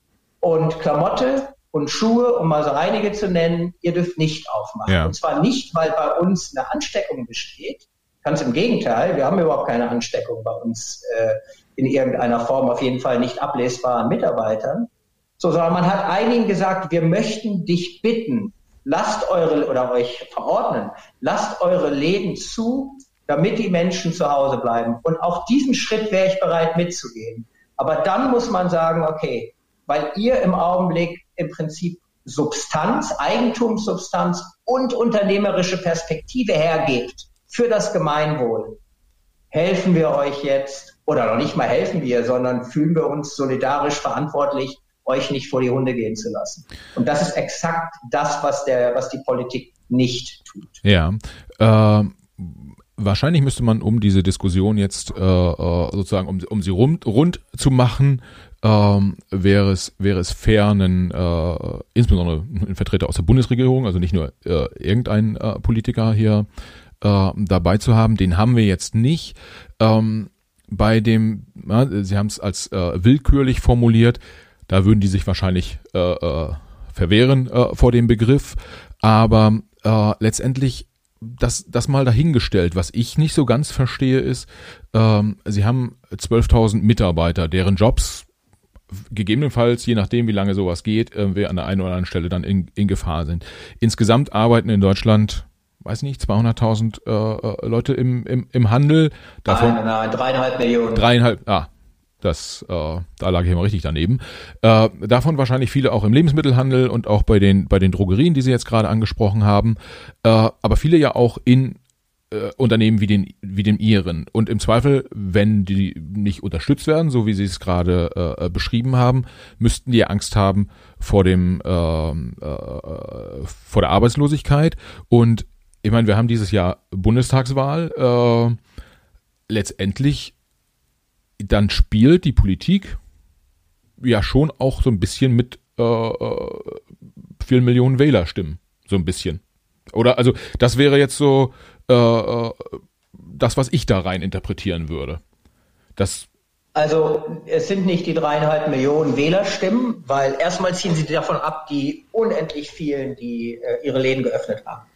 und Klamotte und Schuhe, um mal so einige zu nennen, ihr dürft nicht aufmachen. Ja. Und zwar nicht, weil bei uns eine Ansteckung besteht, ganz im Gegenteil, wir haben überhaupt keine Ansteckung bei uns äh, in irgendeiner Form, auf jeden Fall nicht ablesbaren Mitarbeitern. So, sondern man hat einigen gesagt, wir möchten dich bitten, lasst eure, oder euch verordnen, lasst eure Läden zu, damit die Menschen zu Hause bleiben. Und auch diesen Schritt wäre ich bereit mitzugehen. Aber dann muss man sagen, okay, weil ihr im Augenblick im Prinzip Substanz, Eigentumssubstanz und unternehmerische Perspektive hergebt für das Gemeinwohl, helfen wir euch jetzt, oder noch nicht mal helfen wir, sondern fühlen wir uns solidarisch verantwortlich, euch nicht vor die Hunde gehen zu lassen. Und das ist exakt das, was der, was die Politik nicht tut. Ja, äh, wahrscheinlich müsste man, um diese Diskussion jetzt äh, sozusagen, um, um sie rund, rund zu machen, ähm, wäre es wäre es fair, einen, äh, insbesondere einen Vertreter aus der Bundesregierung, also nicht nur äh, irgendein äh, Politiker hier äh, dabei zu haben. Den haben wir jetzt nicht. Ähm, bei dem, ja, Sie haben es als äh, willkürlich formuliert. Da würden die sich wahrscheinlich äh, äh, verwehren äh, vor dem Begriff, aber äh, letztendlich das das mal dahingestellt. Was ich nicht so ganz verstehe ist, ähm, sie haben zwölftausend Mitarbeiter, deren Jobs gegebenenfalls, je nachdem wie lange sowas geht, äh, an der einen oder anderen Stelle dann in, in Gefahr sind. Insgesamt arbeiten in Deutschland, weiß nicht, zweihunderttausend äh, Leute im, im, im Handel. Davon nein, nein, dreieinhalb Millionen. Dreieinhalb, ah. Das, äh, da lag ich immer richtig daneben. Äh, davon wahrscheinlich viele auch im Lebensmittelhandel und auch bei den bei den Drogerien, die Sie jetzt gerade angesprochen haben. Äh, aber viele ja auch in äh, Unternehmen wie den wie dem Ihren. Und im Zweifel, wenn die nicht unterstützt werden, so wie Sie es gerade äh, beschrieben haben, müssten die Angst haben vor dem äh, äh, vor der Arbeitslosigkeit. Und ich meine, wir haben dieses Jahr Bundestagswahl. Äh, letztendlich dann spielt die Politik ja schon auch so ein bisschen mit äh, vielen Millionen Wählerstimmen, so ein bisschen. Oder, also das wäre jetzt so äh, das, was ich da rein interpretieren würde. Das also es sind nicht die dreieinhalb Millionen Wählerstimmen, weil erstmal ziehen sie davon ab, die unendlich vielen, die äh, ihre Läden geöffnet haben.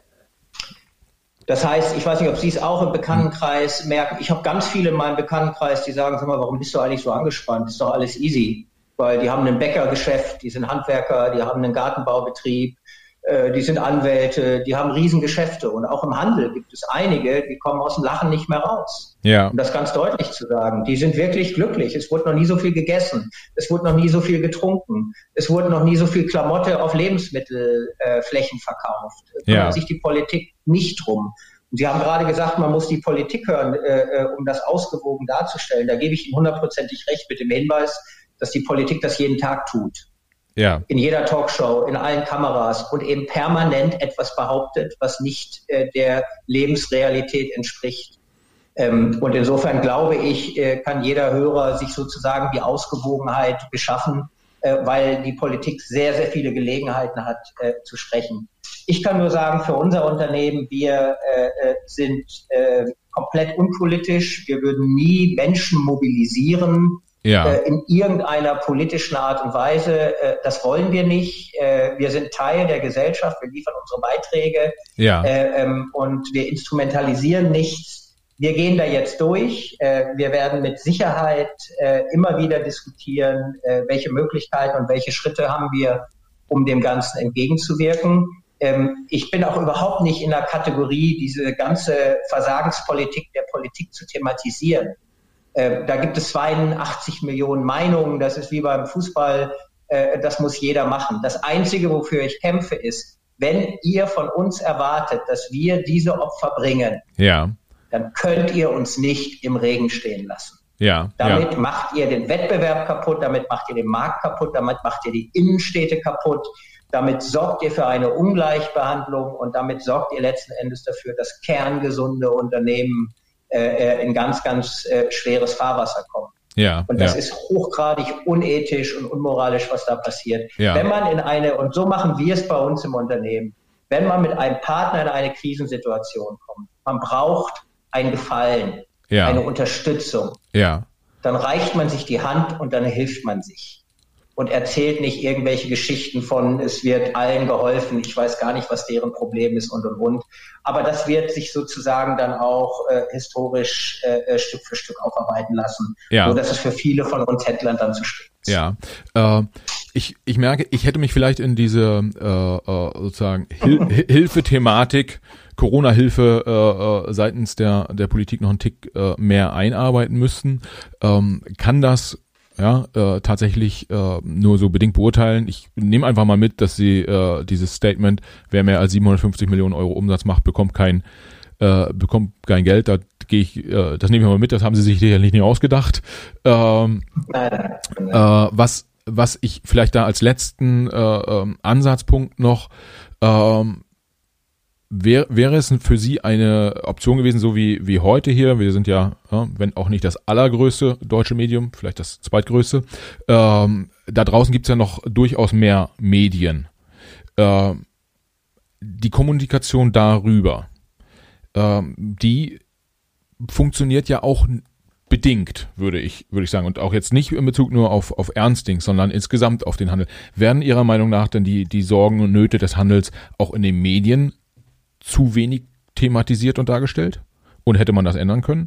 Das heißt, ich weiß nicht, ob Sie es auch im Bekanntenkreis merken. Ich habe ganz viele in meinem Bekanntenkreis, die sagen, sag mal, warum bist du eigentlich so angespannt? Ist doch alles easy. Weil die haben ein Bäckergeschäft, die sind Handwerker, die haben einen Gartenbaubetrieb, äh, die sind Anwälte, die haben Riesengeschäfte. Und auch im Handel gibt es einige, die kommen aus dem Lachen nicht mehr raus. Ja. Um das ganz deutlich zu sagen. Die sind wirklich glücklich. Es wurde noch nie so viel gegessen. Es wurde noch nie so viel getrunken. Es wurde noch nie so viel Klamotte auf Lebensmittelflächen äh, verkauft. Da kümmert sich die Politik nicht drum. Und Sie haben gerade gesagt, man muss die Politik hören, äh, um das ausgewogen darzustellen. Da gebe ich Ihnen hundertprozentig recht mit dem Hinweis, dass die Politik das jeden Tag tut. Ja. In jeder Talkshow, in allen Kameras und eben permanent etwas behauptet, was nicht äh, der Lebensrealität entspricht. Ähm, und insofern glaube ich, äh, kann jeder Hörer sich sozusagen die Ausgewogenheit beschaffen, äh, weil die Politik sehr, sehr viele Gelegenheiten hat, äh, zu sprechen. Ich kann nur sagen, für unser Unternehmen, wir äh, sind äh, komplett unpolitisch. Wir würden nie Menschen mobilisieren, ja. äh, in irgendeiner politischen Art und Weise. Äh, das wollen wir nicht. Äh, wir sind Teil der Gesellschaft. Wir liefern unsere Beiträge ja. äh, ähm, und wir instrumentalisieren nichts. Wir gehen da jetzt durch. Äh, wir werden mit Sicherheit äh, immer wieder diskutieren, äh, welche Möglichkeiten und welche Schritte haben wir, um dem Ganzen entgegenzuwirken. Ähm, ich bin auch überhaupt nicht in der Kategorie, diese ganze Versagenspolitik der Politik zu thematisieren. Äh, da gibt es zweiundachtzig Millionen Meinungen. Das ist wie beim Fußball. Äh, das muss jeder machen. Das Einzige, wofür ich kämpfe, ist, wenn ihr von uns erwartet, dass wir diese Opfer bringen, ja. dann könnt ihr uns nicht im Regen stehen lassen. Ja, damit ja. macht ihr den Wettbewerb kaputt, damit macht ihr den Markt kaputt, damit macht ihr die Innenstädte kaputt, damit sorgt ihr für eine Ungleichbehandlung und damit sorgt ihr letzten Endes dafür, dass kerngesunde Unternehmen äh, in ganz, ganz äh, schweres Fahrwasser kommen. Ja, und das ja. ist hochgradig unethisch und unmoralisch, was da passiert. Ja. Wenn man in eine, und so machen wir es bei uns im Unternehmen, wenn man mit einem Partner in eine Krisensituation kommt, man braucht ein Gefallen, ja. eine Unterstützung, ja. dann reicht man sich die Hand und dann hilft man sich. Und erzählt nicht irgendwelche Geschichten von, es wird allen geholfen, ich weiß gar nicht, was deren Problem ist und, und, und. Aber das wird sich sozusagen dann auch äh, historisch äh, Stück für Stück aufarbeiten lassen, ja. so dass es für viele von uns Händlern dann zu spät ist. Ja, äh, ich, ich merke, ich hätte mich vielleicht in diese äh, sozusagen Hil- Hilfe-Thematik, Corona-Hilfe äh, seitens der, der Politik noch einen Tick äh, mehr einarbeiten müssen. Ähm, kann das ja, äh, tatsächlich äh, nur so bedingt beurteilen. Ich nehme einfach mal mit, dass sie äh, dieses Statement, wer mehr als siebenhundertfünfzig Millionen Euro Umsatz macht, bekommt kein äh, bekommt kein Geld. Da gehe ich, äh, das nehme ich mal mit. Das haben sie sich sicherlich nicht ausgedacht. Ähm, nein, nein. Äh, was was ich vielleicht da als letzten äh, äh, Ansatzpunkt noch ähm, Wäre, wäre es für Sie eine Option gewesen, so wie, wie heute hier, wir sind ja, ja, wenn auch nicht das allergrößte deutsche Medium, vielleicht das zweitgrößte, ähm, da draußen gibt's ja noch durchaus mehr Medien. Ähm, die Kommunikation darüber, ähm, die funktioniert ja auch bedingt, würde ich, würde ich sagen, und auch jetzt nicht in Bezug nur auf, auf Ernstings, sondern insgesamt auf den Handel. Werden Ihrer Meinung nach denn die, die Sorgen und Nöte des Handels auch in den Medien zu wenig thematisiert und dargestellt? Und hätte man das ändern können?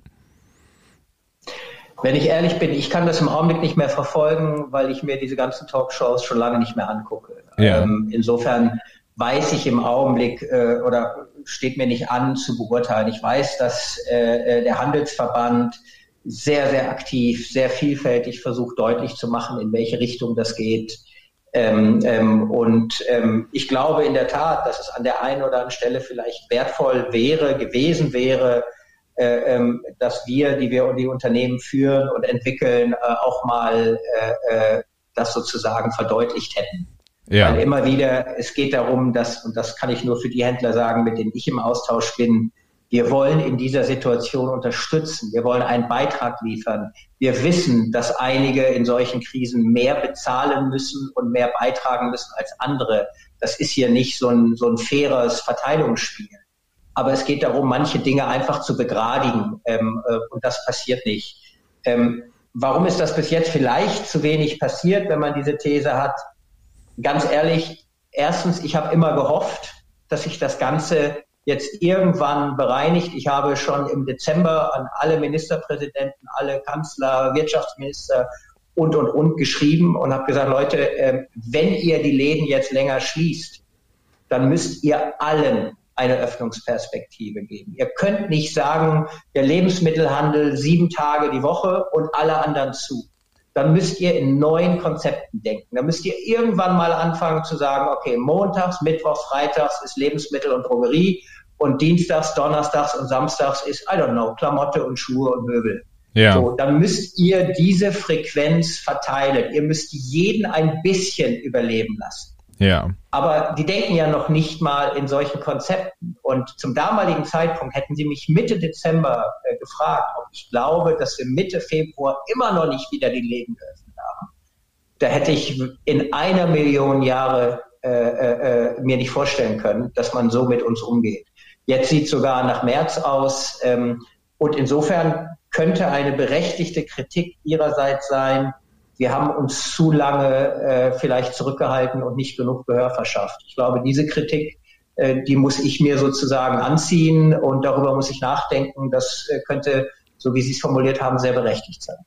Wenn ich ehrlich bin, ich kann das im Augenblick nicht mehr verfolgen, weil ich mir diese ganzen Talkshows schon lange nicht mehr angucke. Ja. Ähm, insofern weiß ich im Augenblick äh, oder steht mir nicht an zu beurteilen. Ich weiß, dass äh, der Handelsverband sehr, sehr aktiv, sehr vielfältig versucht deutlich zu machen, in welche Richtung das geht. Ähm, ähm, und ähm, ich glaube in der Tat, dass es an der einen oder anderen Stelle vielleicht wertvoll wäre, gewesen wäre, äh, ähm, dass wir, die wir die Unternehmen führen und entwickeln, äh, auch mal äh, äh, das sozusagen verdeutlicht hätten. Ja. Weil immer wieder, es geht darum, dass, und das kann ich nur für die Händler sagen, mit denen ich im Austausch bin, wir wollen in dieser Situation unterstützen. Wir wollen einen Beitrag liefern. Wir wissen, dass einige in solchen Krisen mehr bezahlen müssen und mehr beitragen müssen als andere. Das ist hier nicht so ein, so ein faires Verteilungsspiel. Aber es geht darum, manche Dinge einfach zu begradigen. Ähm, äh, und das passiert nicht. Ähm, warum ist das bis jetzt vielleicht zu wenig passiert, wenn man diese These hat? Ganz ehrlich, erstens, ich habe immer gehofft, dass sich das Ganze jetzt irgendwann bereinigt. Ich habe schon im Dezember an alle Ministerpräsidenten, alle Kanzler, Wirtschaftsminister und, und, und geschrieben und habe gesagt, Leute, äh, wenn ihr die Läden jetzt länger schließt, dann müsst ihr allen eine Öffnungsperspektive geben. Ihr könnt nicht sagen, der Lebensmittelhandel sieben Tage die Woche und alle anderen zu. Dann müsst ihr in neuen Konzepten denken. Dann müsst ihr irgendwann mal anfangen zu sagen, okay, montags, mittwochs, freitags ist Lebensmittel und Drogerie und dienstags, donnerstags und samstags ist, I don't know, Klamotte und Schuhe und Möbel. Ja. So, dann müsst ihr diese Frequenz verteilen. Ihr müsst jeden ein bisschen überleben lassen. Ja. Aber die denken ja noch nicht mal in solchen Konzepten. Und zum damaligen Zeitpunkt hätten sie mich Mitte Dezember äh, gefragt, ob ich glaube, dass wir Mitte Februar immer noch nicht wieder die Läden geöffnet haben. Da hätte ich in einer Million Jahre äh, äh, mir nicht vorstellen können, dass man so mit uns umgeht. Jetzt sieht es sogar nach März aus. Ähm, und insofern könnte eine berechtigte Kritik ihrerseits sein, wir haben uns zu lange äh, vielleicht zurückgehalten und nicht genug Gehör verschafft. Ich glaube, diese Kritik, äh, die muss ich mir sozusagen anziehen und darüber muss ich nachdenken. Das äh, könnte, so wie Sie es formuliert haben, sehr berechtigt sein.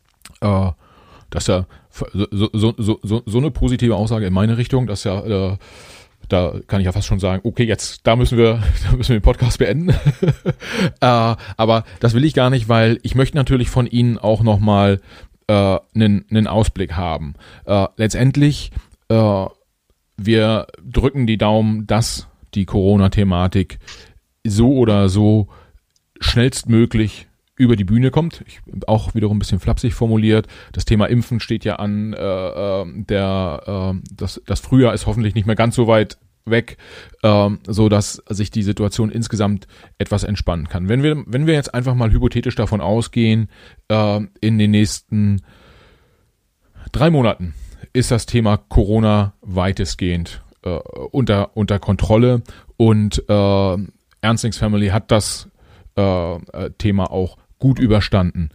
Äh, das ist ja so, so, so, so, so eine positive Aussage in meine Richtung, dass ja äh, da kann ich ja fast schon sagen, okay, jetzt, da müssen wir, da müssen wir den Podcast beenden. äh, aber das will ich gar nicht, weil ich möchte natürlich von Ihnen auch nochmal äh, einen, einen Ausblick haben. Äh, letztendlich, äh, wir drücken die Daumen, dass die Corona-Thematik so oder so schnellstmöglich über die Bühne kommt. Ich, auch wiederum ein bisschen flapsig formuliert. Das Thema Impfen steht ja an. Äh, der, äh, das, das Frühjahr ist hoffentlich nicht mehr ganz so weit weg, ähm, so dass sich die Situation insgesamt etwas entspannen kann. Wenn wir, wenn wir jetzt einfach mal hypothetisch davon ausgehen, äh, in den nächsten drei Monaten ist das Thema Corona weitestgehend äh, unter, unter Kontrolle und äh, Ernstings Family hat das äh, Thema auch gut überstanden.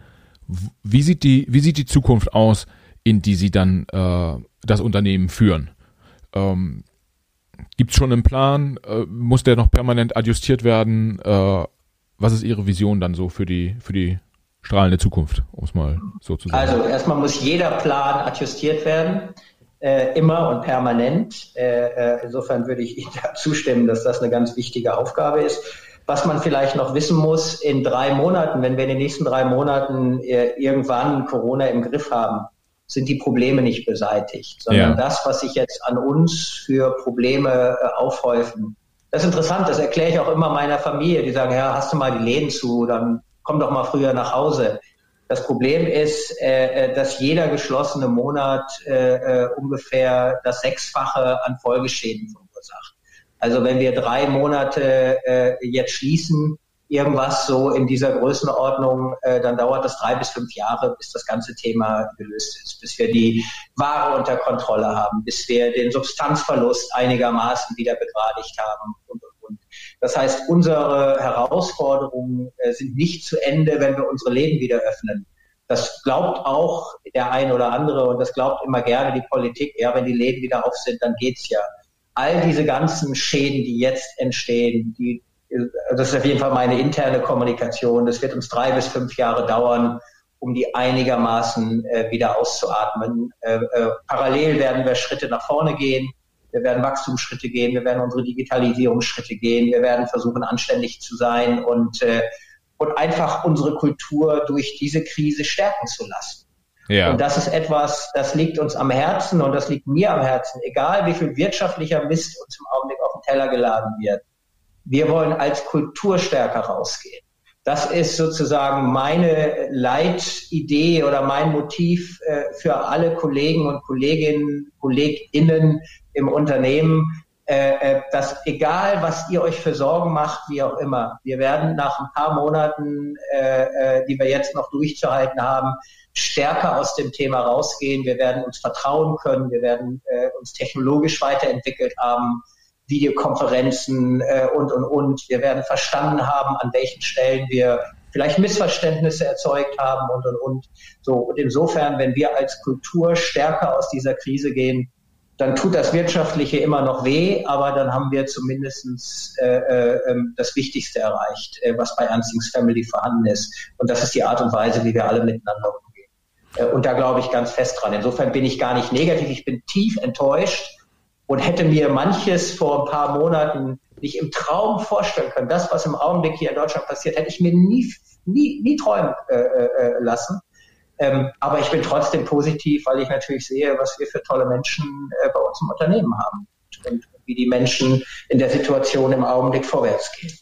Wie sieht die, wie sieht die Zukunft aus, in die Sie dann äh, das Unternehmen führen? Ähm, Gibt es schon einen Plan? Äh, muss der noch permanent adjustiert werden? Äh, was ist Ihre Vision dann so für die, für die strahlende Zukunft, um es mal so zu sagen? Also erstmal muss jeder Plan adjustiert werden, äh, immer und permanent. Äh, äh, insofern würde ich Ihnen da zustimmen, dass das eine ganz wichtige Aufgabe ist. Was man vielleicht noch wissen muss, in drei Monaten, wenn wir in den nächsten drei Monaten äh, irgendwann Corona im Griff haben, sind die Probleme nicht beseitigt, sondern ja. das, was sich jetzt an uns für Probleme äh, aufhäufen. Das ist interessant, das erkläre ich auch immer meiner Familie, die sagen, ja, hast du mal die Läden zu, dann komm doch mal früher nach Hause. Das Problem ist, äh, dass jeder geschlossene Monat äh, äh, ungefähr das Sechsfache an Folgeschäden verursacht. Also wenn wir drei Monate äh, jetzt schließen, irgendwas so in dieser Größenordnung, äh, dann dauert das drei bis fünf Jahre, bis das ganze Thema gelöst ist, bis wir die Ware unter Kontrolle haben, bis wir den Substanzverlust einigermaßen wieder begradigt haben und, und, und. Das heißt, unsere Herausforderungen äh, sind nicht zu Ende, wenn wir unsere Läden wieder öffnen. Das glaubt auch der ein oder andere und das glaubt immer gerne die Politik. Ja, wenn die Läden wieder auf sind, dann geht's ja. All diese ganzen Schäden, die jetzt entstehen, die das ist auf jeden Fall meine interne Kommunikation. Das wird uns drei bis fünf Jahre dauern, um die einigermaßen äh, wieder auszuatmen. Äh, äh, parallel werden wir Schritte nach vorne gehen. Wir werden Wachstumsschritte gehen. Wir werden unsere Digitalisierungsschritte gehen. Wir werden versuchen, anständig zu sein und, äh, und einfach unsere Kultur durch diese Krise stärken zu lassen. Ja. Und das ist etwas, das liegt uns am Herzen und das liegt mir am Herzen. Egal, wie viel wirtschaftlicher Mist uns im Augenblick auf den Teller geladen wird. Wir wollen als Kultur stärker rausgehen. Das ist sozusagen meine Leitidee oder mein Motiv äh, für alle Kollegen und Kolleginnen, KollegInnen im Unternehmen, äh, äh, dass egal, was ihr euch für Sorgen macht, wie auch immer, wir werden nach ein paar Monaten, äh, äh, die wir jetzt noch durchzuhalten haben, stärker aus dem Thema rausgehen. Wir werden uns vertrauen können, wir werden äh, uns technologisch weiterentwickelt haben, Videokonferenzen äh, und, und, und. Wir werden verstanden haben, an welchen Stellen wir vielleicht Missverständnisse erzeugt haben und, und, und. So, und insofern, wenn wir als Kultur stärker aus dieser Krise gehen, dann tut das Wirtschaftliche immer noch weh, aber dann haben wir zumindest äh, äh, das Wichtigste erreicht, äh, was bei Ernstings Family vorhanden ist. Und das ist die Art und Weise, wie wir alle miteinander umgehen. Äh, und da glaube ich ganz fest dran. Insofern bin ich gar nicht negativ, ich bin tief enttäuscht, und hätte mir manches vor ein paar Monaten nicht im Traum vorstellen können. Das, was im Augenblick hier in Deutschland passiert, hätte ich mir nie, nie, nie träumen äh, äh, lassen. Ähm, aber ich bin trotzdem positiv, weil ich natürlich sehe, was wir für tolle Menschen äh, bei uns im Unternehmen haben und wie die Menschen in der Situation im Augenblick vorwärts gehen.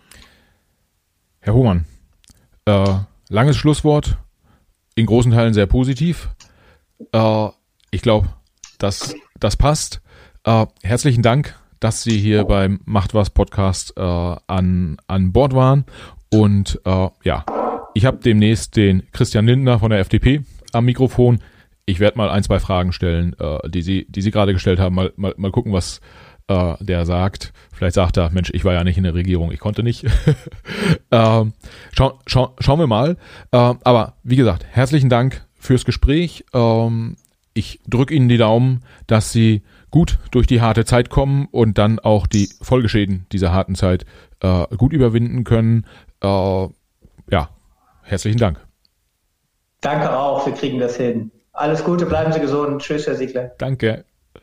Herr Hohmann, äh, langes Schlusswort, in großen Teilen sehr positiv. Äh, ich glaube, das, das passt. Uh, herzlichen Dank, dass Sie hier beim Macht was Podcast uh, an, an Bord waren. Und uh, ja, ich habe demnächst den Christian Lindner von der F D P am Mikrofon. Ich werde mal ein, zwei Fragen stellen, uh, die Sie, die Sie gerade gestellt haben. Mal, mal, mal gucken, was uh, der sagt. Vielleicht sagt er, Mensch, ich war ja nicht in der Regierung, ich konnte nicht. uh, schau, schau, schauen wir mal. Uh, aber wie gesagt, herzlichen Dank fürs Gespräch. Uh, ich drücke Ihnen die Daumen, dass Sie gut durch die harte Zeit kommen und dann auch die Folgeschäden dieser harten Zeit äh, gut überwinden können. Äh, ja, herzlichen Dank. Danke auch, wir kriegen das hin. Alles Gute, bleiben Sie gesund. Tschüss, Herr Siegler. Danke.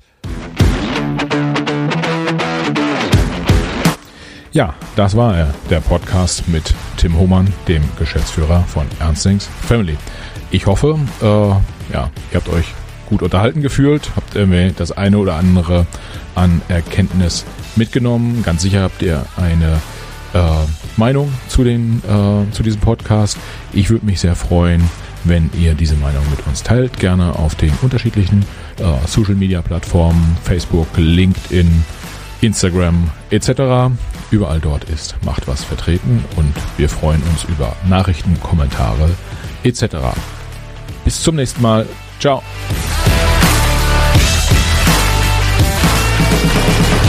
Ja, das war er, der Podcast mit Tim Hohmann, dem Geschäftsführer von Ernstings Family. Ich hoffe, äh, ja, ihr habt euch gut unterhalten gefühlt, habt ihr das eine oder andere an Erkenntnis mitgenommen. Ganz sicher habt ihr eine äh, Meinung zu, den, äh, zu diesem Podcast. Ich würde mich sehr freuen, wenn ihr diese Meinung mit uns teilt. Gerne auf den unterschiedlichen äh, Social-Media-Plattformen, Facebook, LinkedIn, Instagram et cetera. Überall dort ist Macht was vertreten und wir freuen uns über Nachrichten, Kommentare et cetera. Bis zum nächsten Mal. Ciao.